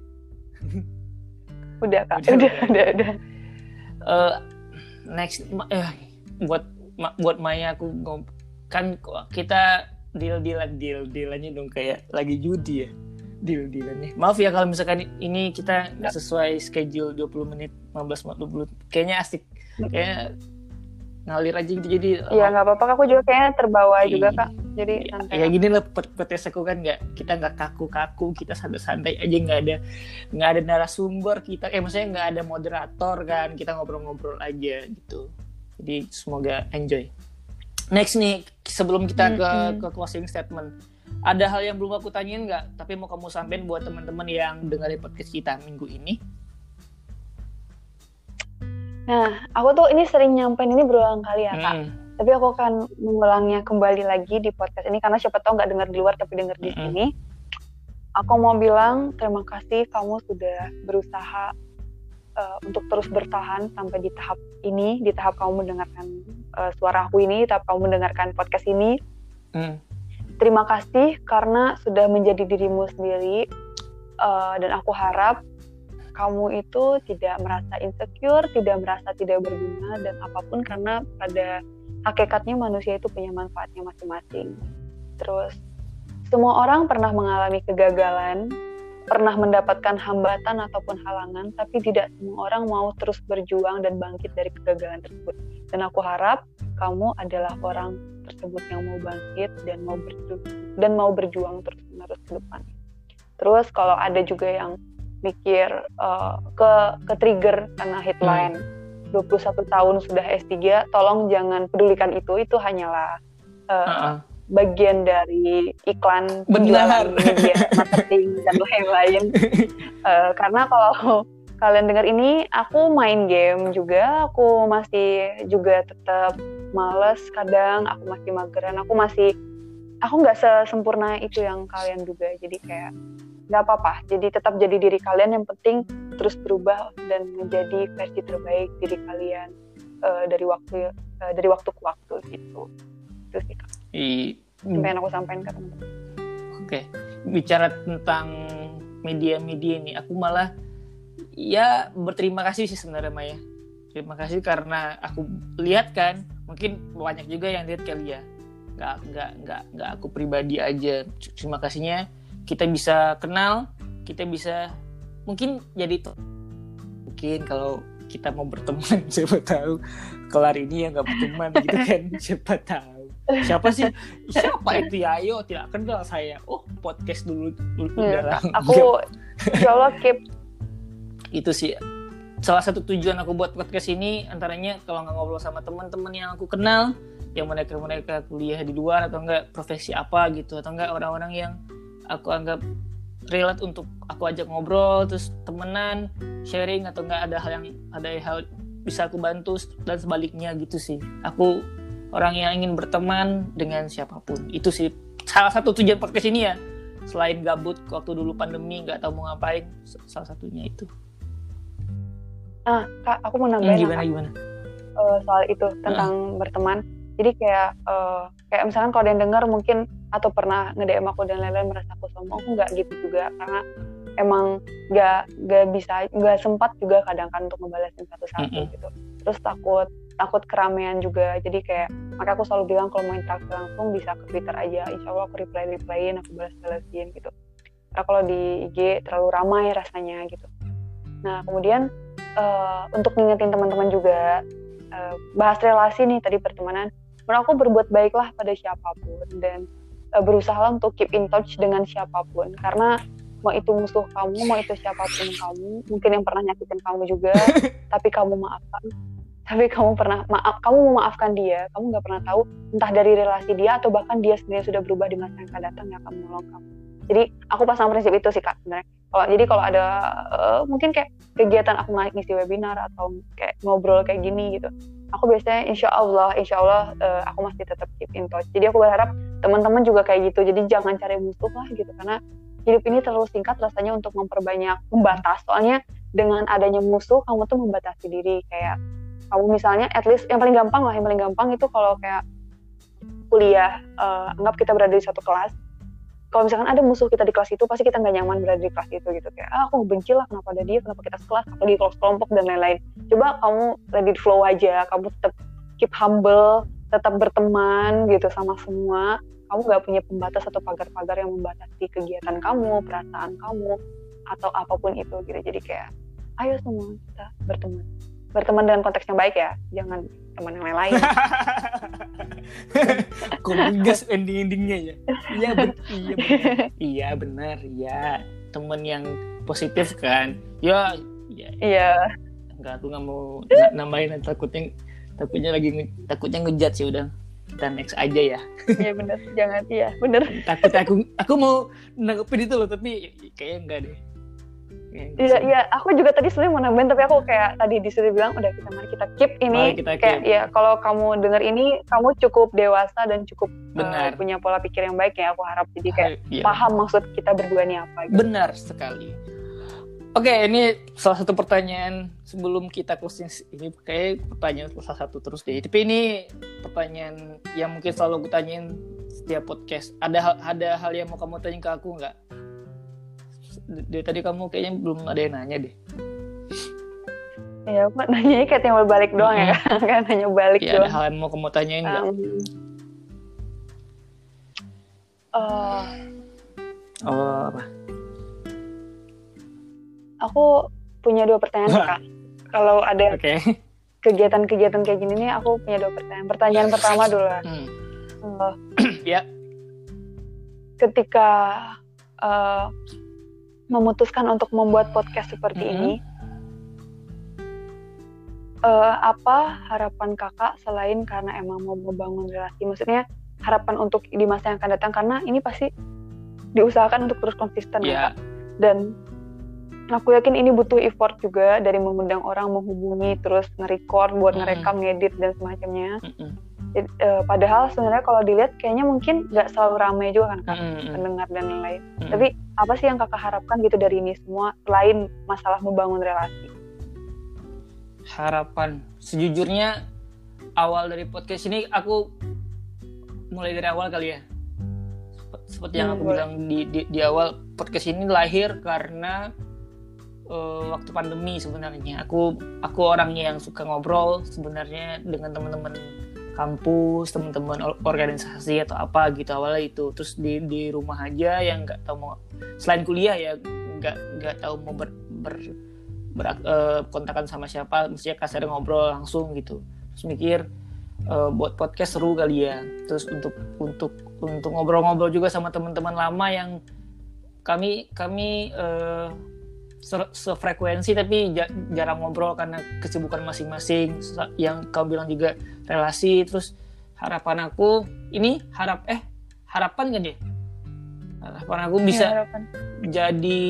Udah kak, udah, udah, udah. udah. Uh, next, eh, buat buat Maya aku kan kita deal dealan deal dealannya dong kayak lagi judi ya, deal dealannya. Maaf ya kalau misalkan ini kita nggak sesuai schedule dua puluh menit, lima belas dua puluh, kayaknya asik, kayak ngalir aja gitu. Jadi iya nggak apa-apa, aku juga kayaknya terbawa iya, juga kak. Jadi santai. Ya gini lah podcast aku kan, nggak, kita nggak kaku-kaku, kita santai-santai aja, nggak ada nggak ada narasumber kita, eh maksudnya nggak ada moderator kan, kita ngobrol-ngobrol aja gitu. Jadi semoga enjoy. Next nih, sebelum kita ke mm-hmm. ke closing statement, ada hal yang belum aku tanyain nggak, tapi mau kamu sampaikan buat teman-teman yang dengerin podcast kita minggu ini? Nah, aku tuh ini sering nyampein ini berulang kali ya kak. Hmm. Tapi aku akan mengulangnya kembali lagi di podcast ini karena siapa tahu nggak dengar di luar tapi dengar di hmm. sini. Aku mau bilang terima kasih kamu sudah berusaha uh, untuk terus bertahan sampai di tahap ini, di tahap kamu mendengarkan uh, suara aku ini, di tahap kamu mendengarkan podcast ini. Hmm. Terima kasih karena sudah menjadi dirimu sendiri, uh, dan aku harap kamu itu tidak merasa insecure, tidak merasa tidak berguna dan apapun, karena pada hakikatnya manusia itu punya manfaatnya masing-masing. Terus semua orang pernah mengalami kegagalan, pernah mendapatkan hambatan ataupun halangan, tapi tidak semua orang mau terus berjuang dan bangkit dari kegagalan tersebut. Dan aku harap kamu adalah orang tersebut yang mau bangkit dan mau berjuang dan mau berjuang terus-menerus ke depan. Terus kalau ada juga yang mikir uh, ke ke trigger karena headline hmm. dua puluh satu tahun sudah S tiga, tolong jangan pedulikan itu, itu hanyalah uh, uh-uh. bagian dari iklan penjualan media marketing dan lain-lain. uh, karena kalau kalian dengar ini, aku main game juga, aku masih juga tetap males kadang, aku masih mageran, aku masih aku nggak sesempurna itu yang kalian duga, jadi kayak nggak apa-apa, jadi tetap jadi diri kalian, yang penting terus berubah dan menjadi versi terbaik diri kalian uh, dari waktu uh, dari waktu ke waktu gitu. Itu sih kak. I, Sampai yang aku sampaikan ke teman-teman. Oke, okay. Bicara tentang media-media ini, aku malah ya berterima kasih sih sebenarnya Maya. Terima kasih karena aku lihat kan, mungkin banyak juga yang lihat kali ya. Nggak nggak nggak nggak aku pribadi aja. Terima kasihnya. Kita bisa kenal, kita bisa mungkin jadi to- mungkin kalau kita mau berteman, siapa tahu kelar ini ya nggak berteman gitu kan, siapa tahu. Siapa sih? Siapa itu ya? Ayo, tidak kenal saya. Oh, podcast dulu, dulu Ya, udah aku insya Allah keep. Itu sih salah satu tujuan aku buat podcast ini, antaranya kalau nggak ngobrol sama teman-teman yang aku kenal, yang mereka mereka kuliah di luar atau enggak profesi apa gitu, atau enggak orang-orang yang aku anggap relate untuk aku ajak ngobrol, terus temenan, sharing, atau enggak ada hal yang ada hal bisa aku bantu dan sebaliknya gitu sih. Aku orang yang ingin berteman dengan siapapun. Itu sih salah satu tujuan podcast ini ya. Selain gabut waktu dulu pandemi nggak tahu mau ngapain, salah satunya itu. Nah, Kak, aku mau nambahin hmm, gimana gimana uh, soal itu tentang uh. berteman. Jadi kayak uh, kayak misalkan kalau ada yang dengar mungkin atau pernah nge-D M aku dan lain-lain merasa aku sombong, aku nggak gitu juga, karena emang nggak nggak bisa nggak sempat juga kadang kan untuk ngebalesin satu-satu mm-hmm. gitu. Terus takut takut keramaian juga, jadi kayak makanya aku selalu bilang kalau mau interaksi langsung bisa ke Twitter aja, insya Allah aku reply replyin, aku balas-balasin gitu. Karena kalau di I G terlalu ramai rasanya gitu. Nah kemudian uh, untuk ngingetin teman-teman juga, uh, bahas relasi nih tadi pertemanan, menurut aku berbuat baiklah pada siapapun dan uh, berusaha untuk keep in touch dengan siapapun, karena mau itu musuh kamu, mau itu siapapun kamu, mungkin yang pernah nyakitin kamu juga, tapi kamu maafkan, tapi kamu pernah maaf, kamu memaafkan dia, kamu nggak pernah tahu entah dari relasi dia atau bahkan dia sendiri sudah berubah di masa yang akan datang yang akan menolong kamu. Jadi aku pasang prinsip itu sih Kak sebenarnya. Kalau jadi kalau ada uh, mungkin kayak kegiatan aku ngisi webinar atau kayak ngobrol kayak gini gitu, aku biasanya insya Allah insya Allah uh, aku masih tetap keep in touch. Jadi aku berharap teman-teman juga kayak gitu. Jadi jangan cari musuh lah gitu, karena hidup ini terlalu singkat rasanya untuk memperbanyak membatas. Soalnya dengan adanya musuh kamu tuh membatasi diri. Kayak kamu misalnya at least yang paling gampang lah, yang paling gampang itu kalau kayak kuliah, uh, anggap kita berada di satu kelas. Kalau misalkan ada musuh kita di kelas itu, pasti kita nggak nyaman berada di kelas itu gitu. Kayak, ah aku benci lah, kenapa ada dia, kenapa kita sekelas, apalagi kalau kelompok dan lain-lain. Coba kamu let it flow aja, kamu tetap keep humble, tetap berteman gitu sama semua. Kamu nggak punya pembatas atau pagar-pagar yang membatasi kegiatan kamu, perasaan kamu, atau apapun itu gitu. Jadi kayak, ayo semua kita berteman. Berteman dengan konteks yang baik ya, jangan teman yang lain-lain. Kok gas ending-endingnya ya? Iya benar, iya benar, iya benar, ya teman yang positif kan? Ya, ya. Iya. Enggak, aku nggak mau nambahin, takutnya takutnya lagi takutnya ngejat sih, udah kita next aja ya. Iya benar, jangan, iya benar. Takut aku aku mau nanggepin itu loh, tapi kayaknya enggak deh. Iya, iya, aku juga tadi sebenarnya mau nambahin, tapi aku kayak tadi disuruh bilang udah kita mari kita keep ini, kita keep. Kayak ya kalau kamu dengar ini kamu cukup dewasa dan cukup uh, punya pola pikir yang baik ya, aku harap jadi kayak ya, paham maksud kita berdua nih apa gitu. Benar sekali. Oke, ini salah satu pertanyaan sebelum kita closing ini, kayak pertanyaan salah satu terus deh. Tapi ini pertanyaan yang mungkin selalu gue tanyain setiap podcast. Ada ada hal yang mau kamu tanya ke aku nggak? Dari tadi kamu kayaknya belum ada yang nanya deh. Iya, aku nanya kayak timbal balik doang mm-hmm. ya kan, kan nanya balik ya, doang. Ada hal yang mau kamu tanyain nggak? Um, uh, oh apa? Aku punya dua pertanyaan Kak. Kalau ada okay. kegiatan-kegiatan kayak gini nih, aku punya dua pertanyaan. Pertanyaan pertama dulu lah. Hmm. Uh, ya. Ketika uh, memutuskan untuk membuat podcast seperti mm-hmm. ini, uh, apa harapan kakak selain karena emang mau membangun relasi? Maksudnya harapan untuk di masa yang akan datang, karena ini pasti diusahakan untuk terus konsisten yeah. ya Kak. Dan aku yakin ini butuh effort juga dari mengundang orang, menghubungi, terus nge-record, buat mm-hmm. ngerekam, ngedit dan semacamnya. Mm-hmm. Jadi, uh, padahal sebenarnya kalau dilihat kayaknya mungkin nggak selalu ramai juga kan Kak, mm-hmm. pendengar dan lain-lain. Mm-hmm. Tapi apa sih yang kakak harapkan gitu dari ini semua selain masalah membangun relasi? Harapan, sejujurnya awal dari podcast ini aku mulai dari awal kali ya. Seperti yang hmm, aku boleh. bilang di, di di awal, podcast ini lahir karena uh, waktu pandemi sebenarnya. Aku aku orangnya yang suka ngobrol sebenarnya dengan teman-teman kampus, teman-teman organisasi atau apa gitu awalnya itu. Terus di di rumah aja yang nggak tahu mau, selain kuliah ya nggak nggak tahu mau ber, ber berak, uh, kontakan sama siapa, mestinya kasar ngobrol langsung gitu. Terus mikir uh, buat podcast seru kali ya. Terus untuk untuk untuk ngobrol-ngobrol juga sama teman-teman lama yang kami kami uh, se- sefrekuensi tapi ja- jarang ngobrol karena kesibukan masing-masing. Yang kau bilang juga relasi. Terus harapan aku ini harap eh harapan kan deh. Harapan aku bisa ya, harapan. Jadi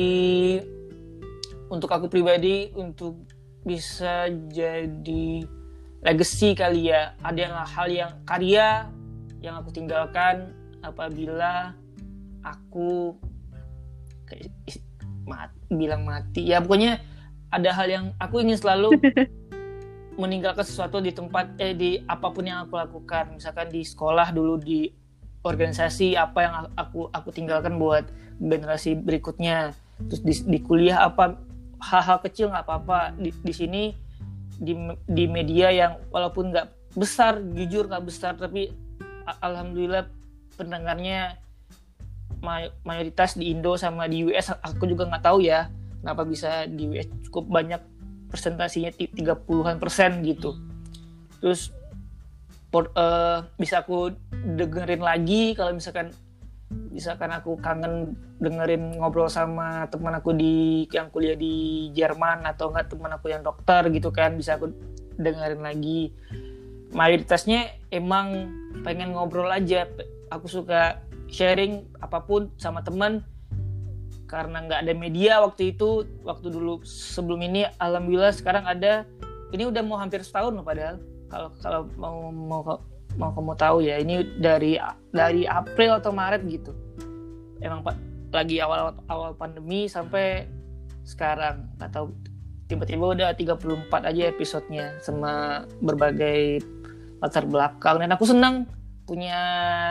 untuk aku pribadi untuk bisa jadi legacy kali ya. Ada hal yang karya yang aku tinggalkan apabila aku kayak mati, bilang mati. Ya pokoknya ada hal yang aku ingin selalu meninggalkan sesuatu di tempat eh di apapun yang aku lakukan. Misalkan di sekolah dulu, di organisasi apa yang aku aku tinggalkan buat generasi berikutnya. Terus di, di kuliah apa hal-hal kecil nggak apa-apa. Di, di sini di di media yang walaupun nggak besar, jujur nggak besar, tapi alhamdulillah pendengarnya mayoritas di Indo sama di U S. Aku juga nggak tahu ya kenapa bisa di U S cukup banyak, persentasinya tiga puluhan persen gitu. Terus por, uh, bisa aku dengerin lagi kalau misalkan misalkan aku kangen dengerin ngobrol sama teman aku di yang kuliah di Jerman atau enggak teman aku yang dokter gitu kan, bisa aku dengerin lagi. Mayoritasnya emang pengen ngobrol aja. Aku suka sharing apapun sama teman karena nggak ada media waktu itu, waktu dulu sebelum ini. Alhamdulillah sekarang ada. Ini udah mau hampir setahun loh padahal. Kalau kalau mau mau mau kamu tahu ya, ini dari dari April atau Maret gitu. Emang lagi awal awal pandemi sampai sekarang. Nggak tahu, tiba-tiba udah tiga puluh empat aja episodenya sama berbagai latar belakang, dan aku senang punya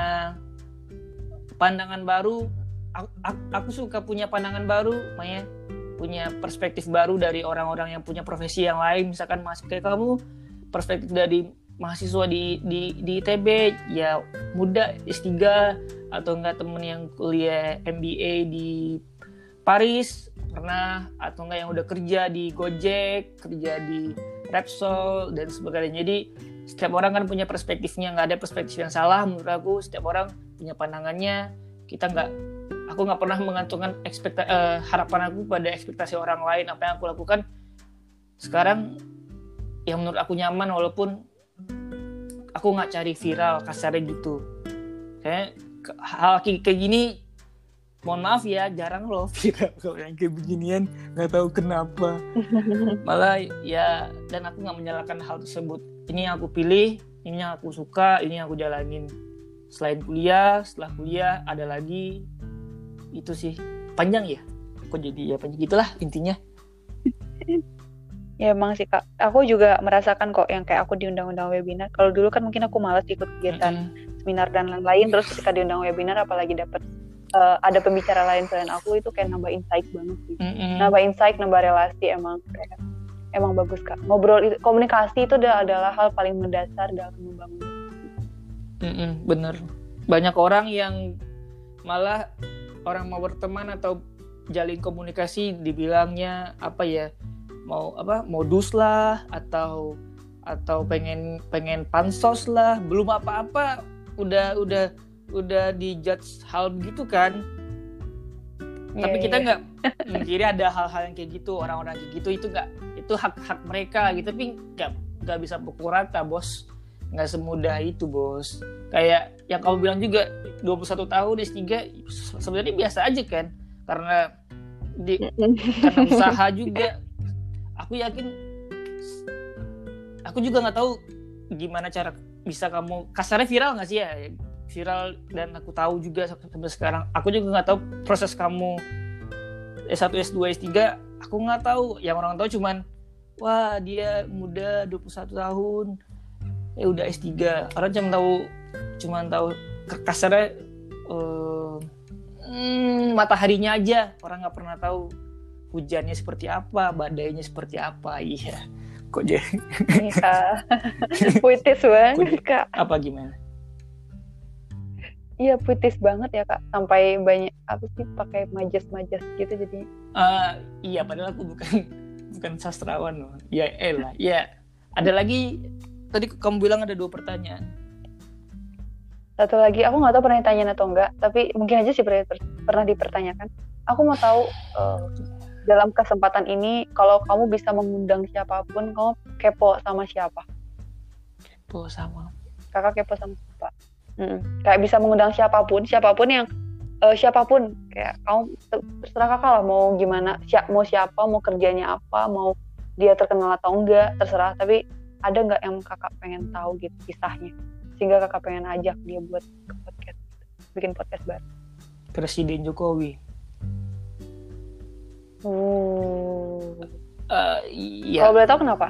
pandangan baru. Aku, aku, aku suka punya pandangan baru, Maya, punya perspektif baru dari orang-orang yang punya profesi yang lain. Misalkan masih kayak kamu, perspektif dari mahasiswa di di di I T B ya, muda S tiga atau enggak temen yang kuliah M B A di Paris pernah, atau enggak yang udah kerja di Gojek, kerja di Repsol dan sebagainya. Jadi setiap orang kan punya perspektifnya, nggak ada perspektif yang salah menurut aku. Setiap orang punya pandangannya. Kita nggak, aku nggak pernah menggantungkan ekspekta, uh, harapan aku pada ekspektasi orang lain. Apa yang aku lakukan sekarang yang menurut aku nyaman, walaupun aku nggak cari viral kasarnya gitu. Kayak hal kayak gini, mohon maaf ya, jarang loh viral kalau yang kayak beginian, nggak tahu kenapa. Malah ya, dan aku nggak menyalahkan hal tersebut. Ini yang aku pilih, ini yang aku suka, ini yang aku jalanin. Selain kuliah, setelah kuliah ada lagi. Itu sih panjang ya. Kok jadi ya panjang gitulah intinya. Ya emang sih Kak, aku juga merasakan kok yang kayak aku diundang-undang webinar. Kalau dulu kan mungkin aku malas ikut kegiatan mm-hmm. seminar dan lain-lain. Terus ketika diundang webinar, apalagi dapat uh, ada pembicara lain selain aku, itu kayak nambah insight banget sih. Mm-hmm. Nambah insight, nambah relasi, emang kayak emang bagus Kak. Ngobrol, komunikasi itu adalah hal paling mendasar dalam membangun. Mm-mm, bener. Banyak orang yang malah orang mau berteman atau jalin komunikasi dibilangnya apa ya, mau apa modus lah, atau atau pengen pengen pansos lah, belum apa-apa udah udah udah dijudge hal begitu kan. Yeah, tapi kita nggak yeah. Mengkira ada hal-hal yang kayak gitu, orang-orang kayak gitu, itu nggak, itu hak-hak mereka gitu, tapi nggak nggak bisa pukul rata bos. Nggak semudah itu bos. Kayak yang kamu bilang juga, dua puluh satu tahun S tiga sebenarnya biasa aja kan, karena di karena usaha juga. Aku yakin, aku juga nggak tahu gimana cara bisa kamu, kasarnya viral nggak sih ya, viral. Dan aku tahu juga sampai sekarang, aku juga nggak tahu proses kamu S satu, S dua, S tiga. Aku nggak tahu. Yang orang tahu cuman, wah dia muda dua puluh satu tahun, eh udah S tiga. Orang cuma tahu cuma tahu kasarnya uh, hmm, mataharinya aja. Orang nggak pernah tahu hujannya seperti apa, badainya seperti apa. Iya, kok jadi puitis banget Kak. Apa gimana? Iya, puitis banget ya Kak. Sampai banyak apa sih pakai majas-majas gitu jadi. Uh, iya, padahal aku bukan bukan sastrawan loh. Ya elah. Ya. Ada lagi tadi kamu bilang ada dua pertanyaan. Satu lagi, aku nggak tahu pernah ditanyain atau enggak, tapi mungkin aja sih pernah, pernah dipertanyakan. Aku mau tahu uh, dalam kesempatan ini, kalau kamu bisa mengundang siapapun, kamu kepo sama siapa? Kepo sama. Kakak kepo sama siapa? Hmm. Kayak bisa mengundang siapapun, siapapun yang uh, siapapun, kayak kamu terserah kakak lah mau gimana, siap mau siapa, mau kerjanya apa, mau dia terkenal atau enggak, terserah. Tapi ada nggak yang kakak pengen tahu gitu kisahnya, sehingga kakak pengen ajak dia buat ke podcast, bikin podcast bareng? Presiden Jokowi. Oh. Uh, iya. Kalau boleh tahu kenapa?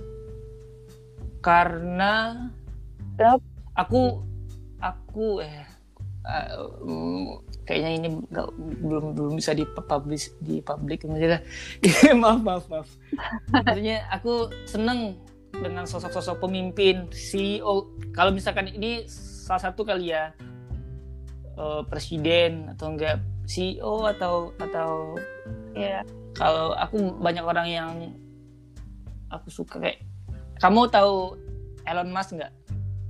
Karena Kenapa? aku aku eh uh, um, kayaknya ini gak, belum belum bisa dipublish di publik maksudnya. maaf maaf maaf. Maksudnya aku seneng dengan sosok-sosok pemimpin C E O. Kalau misalkan ini salah satu kali ya uh, presiden atau enggak C E O atau atau ya yeah. Kalau aku banyak orang yang aku suka kayak kamu tahu Elon Musk nggak?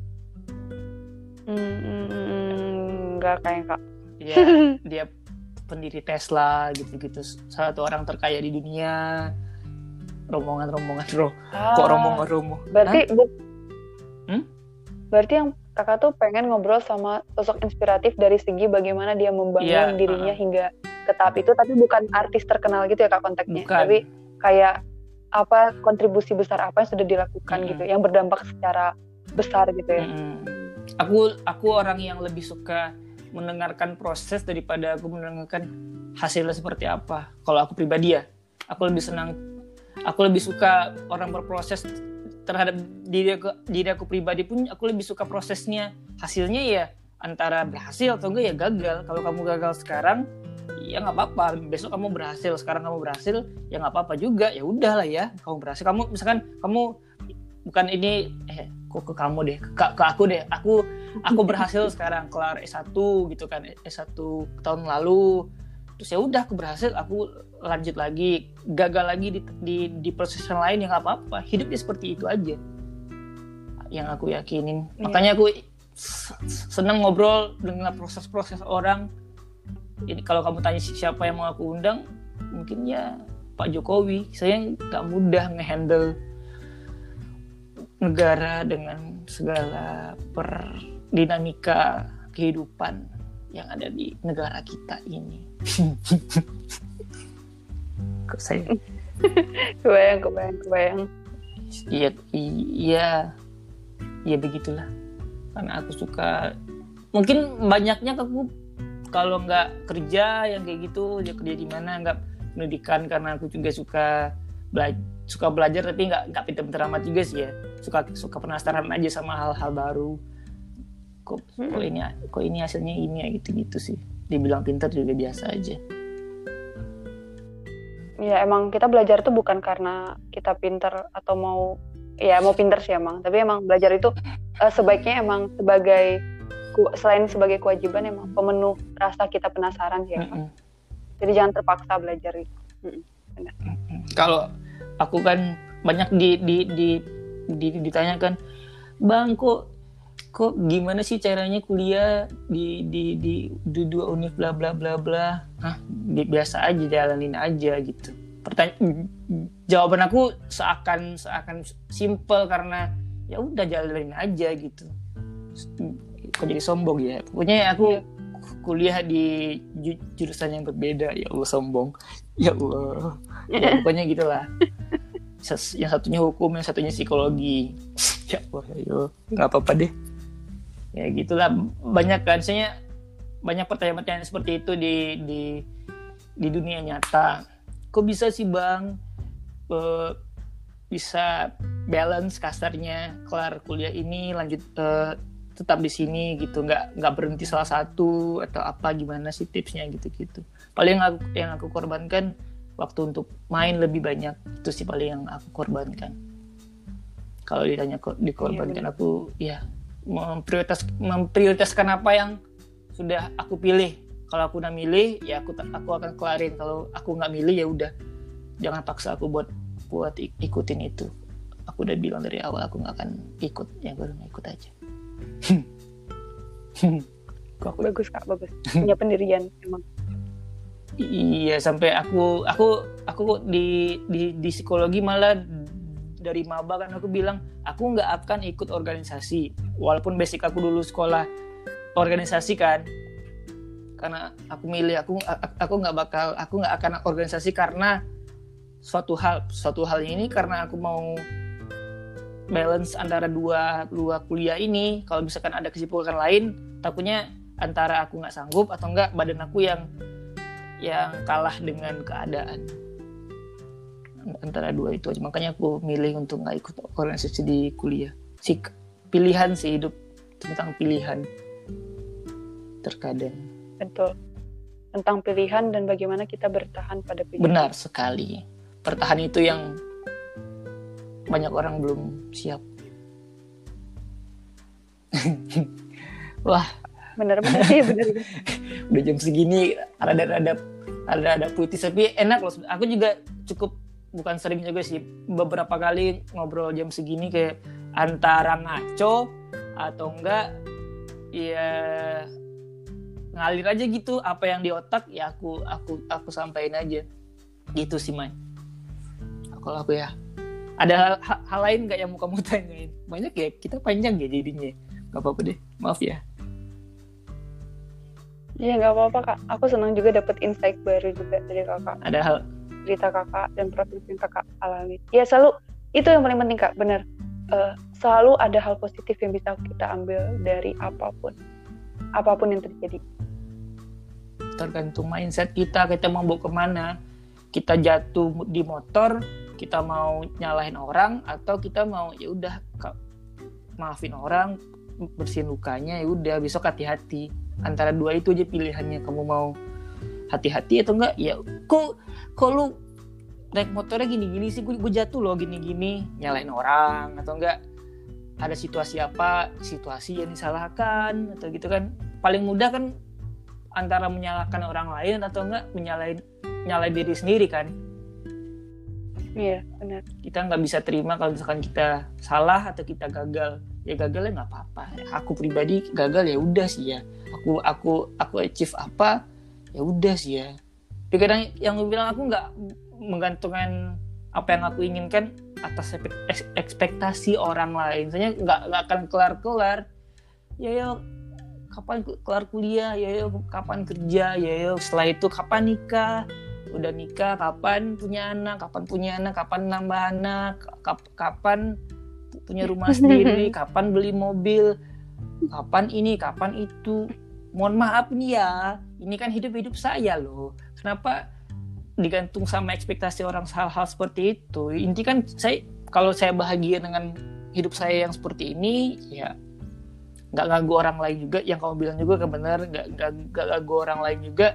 Hmm, nggak kayak kak. Dia dia pendiri Tesla gitu-gitu, satu orang terkaya di dunia. Rombongan-rombongan roh, ah, kok rombongan-rombongan? Berarti bu, hmm? berarti yang kakak tuh pengen ngobrol sama sosok inspiratif dari segi bagaimana dia membangun yeah, dirinya uh, hingga ke tahap itu, tapi bukan artis terkenal gitu ya kak konteksnya, bukan. Tapi kayak apa kontribusi besar apa yang sudah dilakukan mm-hmm. gitu, yang berdampak secara besar gitu ya. Mm-hmm. Aku aku orang yang lebih suka mendengarkan proses daripada aku mendengarkan hasilnya seperti apa. Kalau aku pribadi ya, aku lebih senang, aku lebih suka orang berproses terhadap diri aku, diri aku pribadi pun aku lebih suka prosesnya. Hasilnya ya antara berhasil atau enggak ya gagal. Kalau kamu gagal sekarang ya nggak apa-apa, besok kamu berhasil, sekarang kamu berhasil ya nggak apa-apa juga, ya udahlah ya kamu berhasil. Kamu misalkan kamu bukan ini eh kok ke kamu deh, ke, ke aku deh, aku aku berhasil sekarang kelar S satu gitu kan, S satu tahun lalu, terus ya udah aku berhasil, aku lanjut lagi, gagal lagi di di, di proses yang lain ya nggak apa-apa, hidupnya seperti itu aja yang aku yakinin. Yeah. Makanya aku senang ngobrol dengan proses-proses orang. Ini kalau kamu tanya siapa yang mau aku undang, mungkin ya Pak Jokowi. Saya nggak mudah ngehandle negara dengan segala per dinamika kehidupan yang ada di negara kita ini. Kok saya kebayang kebayang kebayang. Iya iya iya begitulah. Karena aku suka, mungkin banyaknya aku kalau nggak kerja yang kayak gitu, ya kerja di mana, nggak pendidikan, karena aku juga suka belajar, suka belajar tapi nggak nggak pintar-pintar amat juga sih ya, suka suka penasaran aja sama hal-hal baru. Kok kok ini kok ini hasilnya ini ya gitu-gitu sih. Dibilang pintar juga biasa aja. Ya emang kita belajar tuh bukan karena kita pintar atau mau ya mau pintar sih emang, tapi emang belajar itu uh, sebaiknya emang sebagai selain sebagai kewajiban emang pemenuh rasa kita penasaran ya. Mm-hmm. Jadi jangan terpaksa belajar itu. Mm-hmm. Mm-hmm. Kalau aku kan banyak di di di, di ditanyakan, Bang kok kok gimana sih caranya kuliah di di di, di dua univ bla bla bla bla. Hah, biasa aja, jalanin aja gitu. Pertanyaan jawaban aku seakan seakan simple karena ya udah jalanin aja gitu. Kok jadi sombong ya? Pokoknya aku kuliah di ju- jurusan yang berbeda. Ya Allah sombong. Ya Allah. Ya, pokoknya gitulah. Yang satunya hukum, yang satunya psikologi. Ya Allah, ya nggak apa-apa deh. Ya gitulah. Banyak kan, misalnya banyak pertanyaan-pertanyaan seperti itu di di di dunia nyata. Kok bisa sih Bang uh, bisa balance kasarnya kelar kuliah ini lanjut uh, tetap di sini gitu, nggak nggak berhenti salah satu atau apa, gimana sih tipsnya gitu-gitu. Paling aku, yang aku korbankan waktu untuk main lebih banyak, itu sih paling yang aku korbankan. Kalau ditanya kok dikorbankan, iya, aku ya memprioritas memprioritaskan apa yang sudah aku pilih. Kalau aku udah milih ya aku aku akan kelarin. Kalau aku nggak milih ya udah, jangan paksa aku buat buat ik- ikutin itu. Aku udah bilang dari awal aku nggak akan ikut, yang gue nggak ikut aja. Kok bagus kak, bagus. Punya pendirian emang. Iya, sampai aku aku aku di di di psikologi malah dari maba kan aku bilang aku nggak akan ikut organisasi, walaupun basic aku dulu sekolah organisasi kan, karena aku milih aku aku nggak bakal aku nggak akan organisasi karena suatu hal suatu hal ini karena aku mau balance antara dua dua kuliah ini. Kalau misalkan ada kesibukan lain, takutnya antara aku nggak sanggup atau enggak badan aku yang yang kalah dengan keadaan. Antara dua itu aja, makanya aku milih untuk nggak ikut organisasi di kuliah. Si pilihan sih, hidup tentang pilihan terkadang. Betul, tentang pilihan dan bagaimana kita bertahan pada pilihan. Benar sekali, bertahan itu yang banyak orang belum siap. Wah, benar-benar sih, benar. Udah jam segini ada-ada ada-ada puitis, tapi enak loh. Aku juga cukup, bukan sering juga sih, beberapa kali ngobrol jam segini kayak antara ngaco atau enggak ya ngalir aja gitu, apa yang di otak ya aku aku aku sampaikan aja gitu sih, Mai. Kalau aku ya ada hal, hal lain nggak yang mau kamu tanyain? Banyak ya, kita panjang ya jadinya. Gak apa-apa deh, maaf ya. Iya nggak apa-apa kak, aku senang juga dapat insight baru juga dari kakak. Ada hal cerita kakak dan proses yang kakak alami. Ya selalu itu yang paling penting kak, benar. Uh, selalu ada hal positif yang bisa kita ambil dari apapun, apapun yang terjadi. Tergantung mindset kita, kita mau bawa kemana. Kita jatuh di motor, kita mau nyalahin orang atau kita mau ya udah maafin orang, bersihin lukanya, ya udah besok hati-hati. Antara dua itu aja pilihannya, kamu mau hati-hati atau enggak. Ya kok kok lu naik motornya gini-gini sih, gue, gue jatuh loh gini-gini, nyalain orang atau enggak ada situasi apa, situasi yang disalahkan atau gitu kan. Paling mudah kan antara menyalahkan orang lain atau enggak menyalahin nyalain diri sendiri kan. Iya benar. Kita nggak bisa terima kalau misalkan kita salah atau kita gagal. Ya gagalnya nggak apa-apa. Aku pribadi gagal ya udah sih ya. Aku aku aku achieve apa ya udah sih ya. Tapi kadang yang gue bilang, aku nggak menggantungkan apa yang aku inginkan atas ekspektasi orang lain. Misalnya nggak nggak akan kelar-kelar. Ya ya kapan kelar kuliah? Ya ya kapan kerja? Ya ya setelah itu kapan nikah? Udah nikah kapan punya anak? Kapan punya anak? Kapan nambah anak? Kap- kapan punya rumah sendiri? Kapan beli mobil? Kapan ini? Kapan itu? Mohon maaf nih ya, ini kan hidup-hidup saya loh. Kenapa digantung sama ekspektasi orang hal-hal seperti itu? Inti kan saya, kalau saya bahagia dengan hidup saya yang seperti ini, ya nggak ganggu orang lain juga. Yang kamu bilang juga kan benar, nggak nggak ganggu orang lain juga.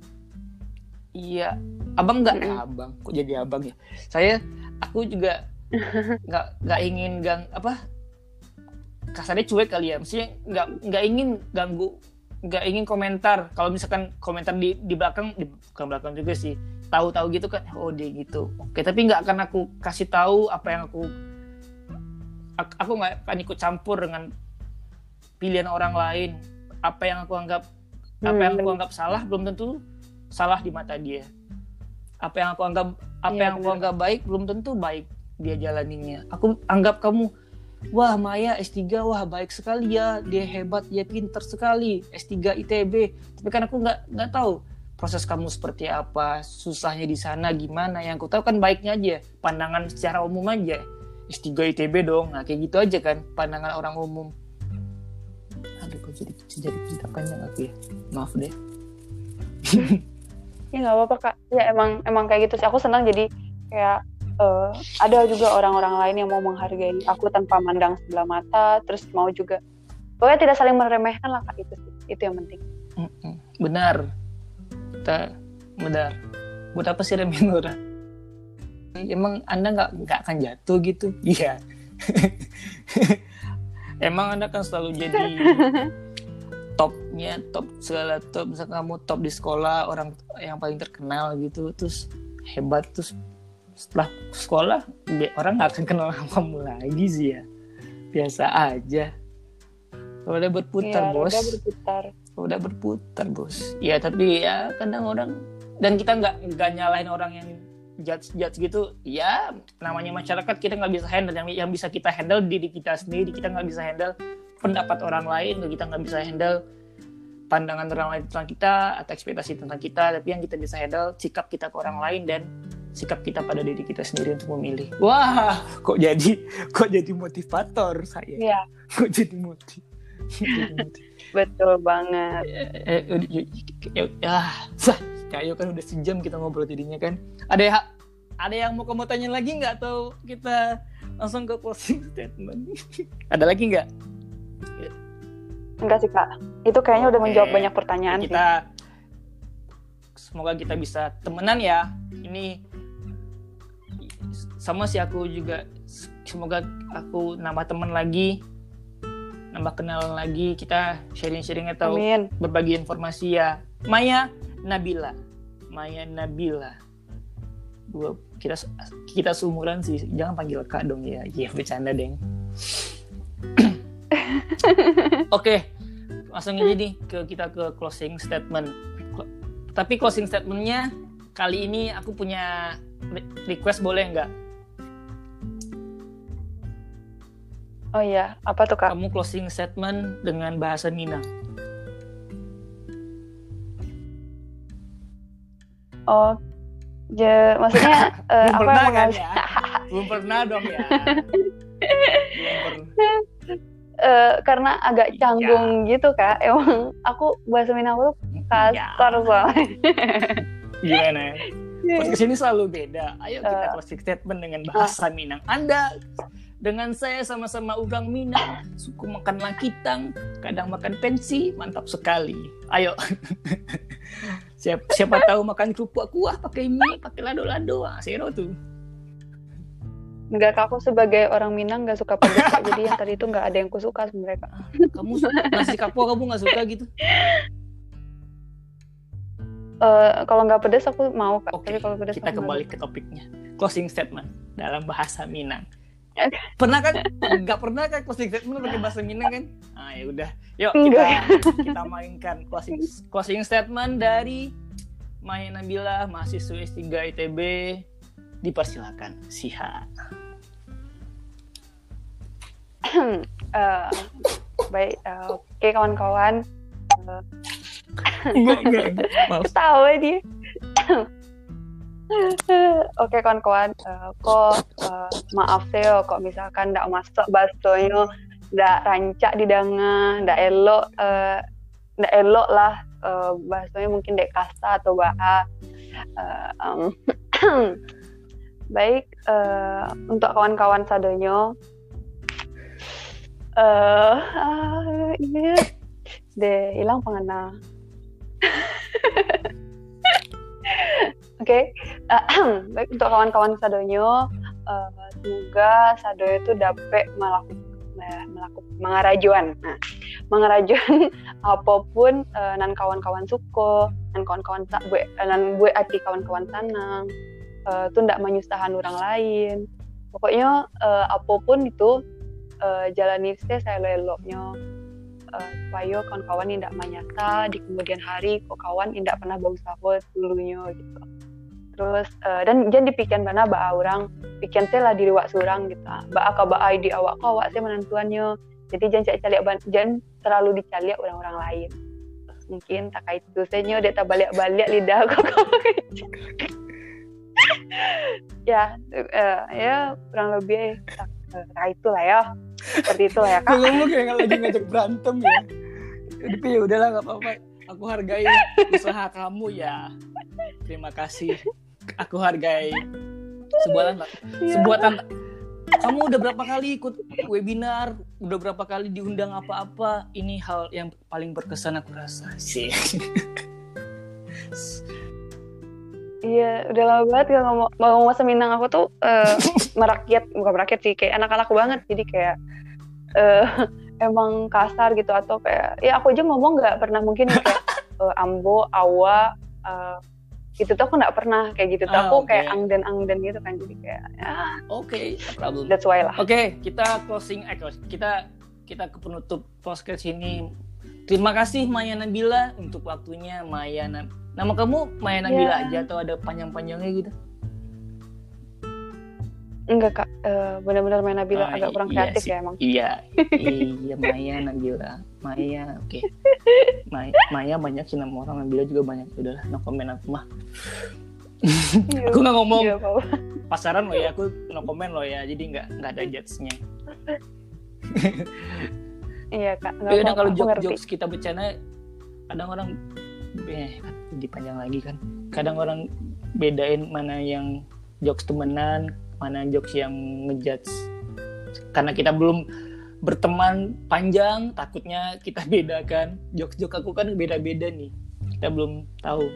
Iya, abang nggak, mm. abang, kok jadi abang ya? Saya, aku juga nggak nggak ingin gang apa? Kasarnya cuek kali ya, maksudnya nggak nggak ingin ganggu, nggak ingin komentar. Kalau misalkan komentar di di belakang, di bukan belakang juga sih, tahu-tahu gitu kan, oh dia gitu. Oke, tapi nggak akan aku kasih tahu apa yang aku, aku nggak akan ikut campur dengan pilihan orang lain. Apa yang aku anggap, apa yang aku anggap salah belum tentu salah di mata dia. Apa yang aku anggap, apa ya, yang aku anggap baik belum tentu baik dia jalaninya. Aku anggap kamu, wah Maya S tiga, wah baik sekali ya, dia hebat, dia pintar sekali, S tiga I T B. Tapi kan aku nggak nggak tahu proses kamu seperti apa, susahnya di sana gimana. Yang aku tahu kan baiknya aja, pandangan secara umum aja. S tiga I T B dong, nah kayak gitu aja kan, pandangan orang umum. Aduh, kok jadi jadi cerita panjang aku ya, maaf deh. Ya nggak apa-apa kak, ya emang emang kayak gitu sih. Aku senang jadi kayak uh, ada juga orang-orang lain yang mau menghargai aku tanpa mandang sebelah mata, terus mau juga pokoknya tidak saling meremehkan lah kak, itu sih, itu yang penting. Mm-mm. Benar, kita benar. Buat apa sih remehin orang? Emang anda nggak nggak akan jatuh gitu? Iya. Emang anda kan selalu jadi topnya, top segala top. Misalkan kamu top di sekolah, orang yang paling terkenal gitu, terus hebat, terus setelah sekolah orang nggak akan kenal kamu lagi sih ya, biasa aja. Udah berputar ya, bos, udah berputar, udah berputar bos. Ya tapi ya kadang orang, dan kita nggak nggak nyalahin orang yang judge judge gitu. Ya namanya masyarakat, kita nggak bisa handle. Yang yang bisa kita handle diri kita sendiri. Kita nggak bisa handle pendapat orang lain, kita nggak bisa handle pandangan orang lain tentang kita atau ekspektasi tentang kita. Tapi yang kita bisa handle sikap kita ke orang lain dan sikap kita pada diri kita sendiri untuk memilih. Wah, kok jadi kok jadi motivator saya. Iya. Kok jadi motiv. Betul banget. Eh, eh, ya, ya, sah. Kayak kan udah sejam kita ngobrol jadinya kan. Ada ya, ada yang mau kamu tanya lagi nggak, atau kita langsung ke closing statement? Ada lagi nggak? Enggak sih Kak. Itu kayaknya udah menjawab Oke. banyak pertanyaan kita, sih. Semoga kita bisa temenan ya. Ini sama sih aku juga. Semoga aku nambah teman lagi, nambah kenalan lagi. Kita sharing-sharing atau Amin. berbagi informasi ya. Maya Nabila, Maya Nabila. Dua, kita kita seumuran sih. Jangan panggil Kak dong ya. Iya, bercanda deng. Oke, langsung aja nih ke kita ke closing statement. Tapi closing statementnya kali ini aku punya request, boleh nggak? Oh iya, apa tuh Kak? Kamu closing statement dengan bahasa Minang. Oh, je, maksudnya uh, Belum apa pernah yang kan harus... ya? Belum pernah dong ya. Belum pernah. Uh, karena agak canggung ya. Gitu Kak. Emang aku bahasa Minang tuh kasar ya. Soalnya. Gimana? Pas kesini selalu beda. Ayo kita uh, closing statement dengan bahasa uh, Minang. Anda dengan saya sama-sama orang Minang, suku makan langkitang, kadang makan pensi, mantap sekali. Ayo. siapa, siapa tahu makan kerupuk kuah pakai mie, pakai lado-lado, ah, zero tuh. Enggak, aku sebagai orang Minang nggak suka pedas, jadi yang tadi itu nggak ada yang aku suka sebenarnya Kak. Kamu nasi kapau kamu nggak suka gitu? Uh, kalau nggak pedas aku mau Kak. Oke, tapi kalau pedas kita kembali mau. ke topiknya. Closing statement dalam bahasa Minang. Pernah kan? Nggak pernah kan closing statement pakai bahasa Minang kan? Ah ya udah, yuk kita kita mainkan closing closing statement dari Maya Nabila, mahasiswa S tiga I T B. Dipersilakan, Siha. uh, baik, uh, oke okay, kawan-kawan. Uh, enggak, enggak, maaf. Tahu dia. Oke okay, kawan-kawan, uh, kok uh, maaf deh kok misalkan ndak masuk basonya, ndak rancak di danga, ndak elok, uh, ndak elok lah uh, basonya mungkin dek kasta atau bah. Uh, um, Baik, uh, untuk kawan-kawan sadonyo, uh, uh, ini deh hilang pengena. Oke, okay. uh, baik untuk kawan-kawan sadonyo, uh, semoga sadonyo itu dapat melakukan melakukan mengarajuan, nah, mengarajuan apapun uh, nan kawan-kawan suko, nan kawan-kawan tak buat, nan buat hati kawan-kawan tanang. Uh, itu tidak menyusahkan orang lain. Pokoknya uh, apapun itu uh, jalani saya leloknya uh, supaya kawan-kawan tidak menyata di kemudian hari kok kawan tidak pernah berusaha dulunya gitu. Terus uh, dan jangan dipikirkan karena ba orang pikirkan saya lah diri wak surang gitu. Ba ka ba di awak kau awak saya menentuannya. Jadi jangan cari jangan terlalu dicari orang-orang lain. Mungkin tak kait itu saya dia tak balik-balik lidah kok. ya uh, ya kurang lebih uh, itulah ya seperti itulah ya Kak. Ngomong kayak lagi ngajak berantem ya. Tapi ya udahlah nggak apa-apa. Aku hargai usaha kamu ya. Terima kasih. Aku hargai sebuah tanda. Sebuah tanda. Kamu udah berapa kali ikut webinar? Udah berapa kali diundang apa-apa? Ini hal yang paling berkesan aku rasa sih. Iya, udah lama banget gak ngomong, ngomong masa Minang. Aku tuh uh, merakyat, bukan merakyat sih, kayak anak-anak banget. Jadi kayak uh, emang kasar gitu. Atau kayak, ya aku aja ngomong gak pernah mungkin kayak uh, ambo, awa, uh, gitu tuh aku nggak pernah kayak gitu tuh Ah, aku oke. kayak angden-angden gitu kan jadi kayak ya, Oke, okay, no problem. that's why lah. Oke, kita closing, eh, closing. kita kita ke penutup podcast ini. Terima kasih Maya Nabila untuk waktunya. Maya, nama kamu Maya Nabila Ya. aja atau ada panjang-panjangnya gitu? Enggak kak, uh, benar-benar main Nabila Ah, agak kurang iya kreatif sih. ya emang. Iya, iya Maya Nabila, Maya, oke. Okay. Maya, Maya banyak sih nama orang, Nabila juga banyak. Udahlah, no comment aku mah. Aku nggak ngomong Iya, Pak. pasaran lo ya, aku no comment lo ya, jadi nggak nggak ada judge-nya. Iya kak, nggak Kadang apa-apa, kalau aku ngerti. jokes kita bercanda, kadang orang eh jadi panjang lagi kan. Kadang orang bedain mana yang jokes temenan, mana jokes yang ngejudge. Karena kita belum berteman panjang, takutnya kita bedakan. Jokes-jokes aku kan beda-beda nih. Kita belum tahu.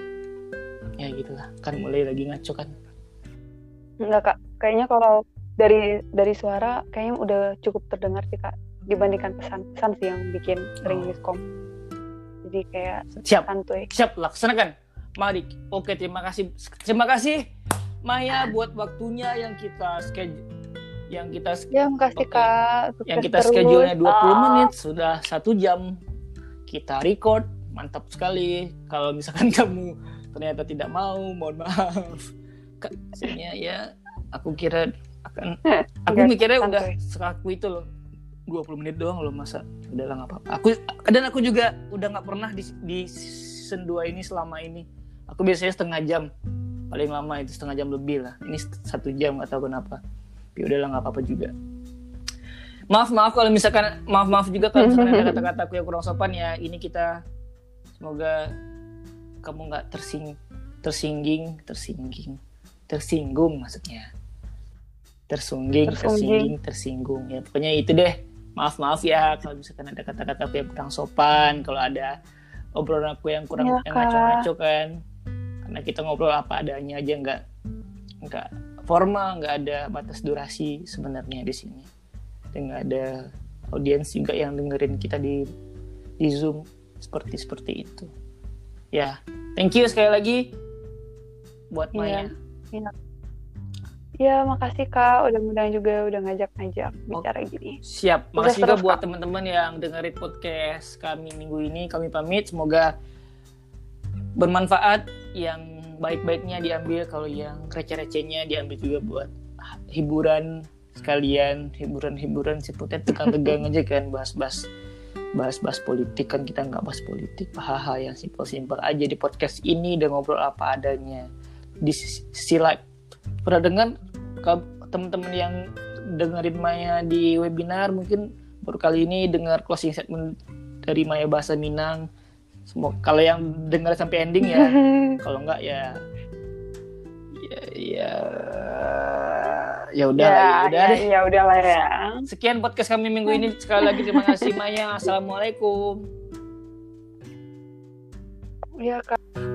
Ya gitulah, kan mulai lagi ngaco kan. Enggak kak, kayaknya kalau dari dari suara kayaknya udah cukup terdengar sih kak dibandingkan pesan-pesan sih yang bikin sering Oh. miskom. Jadi kayak Siap. santuy. Siap, laksanakan. Mari. Oke, terima kasih. Terima kasih Maya buat waktunya yang kita schedule yang kita Ya makasih Oke. kak. yang Sukses kita terus. schedule-nya dua puluh Ah. menit, sudah satu jam kita record. Mantap sekali. Kalau misalkan kamu ternyata tidak mau, mohon maaf. Kayaknya ya aku kira akan aku Enggak, mikirnya udah santuy. sekaku itu loh. dua puluh menit doang loh, masa udah lah nggak apa-apa. Aku dan aku juga udah nggak pernah di, di season dua ini selama ini. Aku biasanya setengah jam, paling lama itu setengah jam lebih lah. Ini satu jam, nggak tahu kenapa. Tapi udah lah nggak apa-apa juga. Maaf maaf kalau misalkan maaf maaf juga kalau misalkan ada kata-kataku yang kurang sopan ya. Ini kita semoga kamu nggak tersing tersingging tersingging tersinggung maksudnya. Tersungging, Tersungging. tersingging, tersinggung. Ya pokoknya itu deh. Maaf-maaf ya kalau misalkan ada kata-kata aku yang kurang sopan, kalau ada obrolan aku yang kurang Ya, yang Kak. ngaco-ngaco kan. Karena kita ngobrol apa adanya aja, nggak nggak formal, nggak ada batas durasi sebenarnya di sini. Dan nggak ada audiens juga yang dengerin kita di di Zoom seperti seperti itu. Ya, thank you sekali lagi buat Maya. Iya. Ya makasih kak, udah mudahan juga udah ngajak-ngajak bicara gini. Siap, Sukses makasih juga terus, buat Kak. teman-teman yang dengerin podcast kami minggu ini. Kami pamit, semoga bermanfaat. Yang baik-baiknya diambil, kalau yang receh-recehnya diambil juga buat hiburan sekalian, hiburan-hiburan seputar tegang-tegang aja kan, bahas-bahas bahas-bahas politik kan, kita nggak bahas politik, hal-hal yang simpel-simpel aja di podcast ini, dan ngobrol apa adanya. Di sisi lain, pernah dengar kalau teman-teman yang dengerin Maya di webinar mungkin baru kali ini dengar closing statement dari Maya bahasa Minang. Semua kalau yang dengar sampai ending ya, kalau enggak ya ya ya ya udah Ya, lah, ya udah ya, deh. ya udah lah ya. Sekian podcast kami minggu ini. Sekali lagi terima kasih Maya. Assalamualaikum. Ya kak.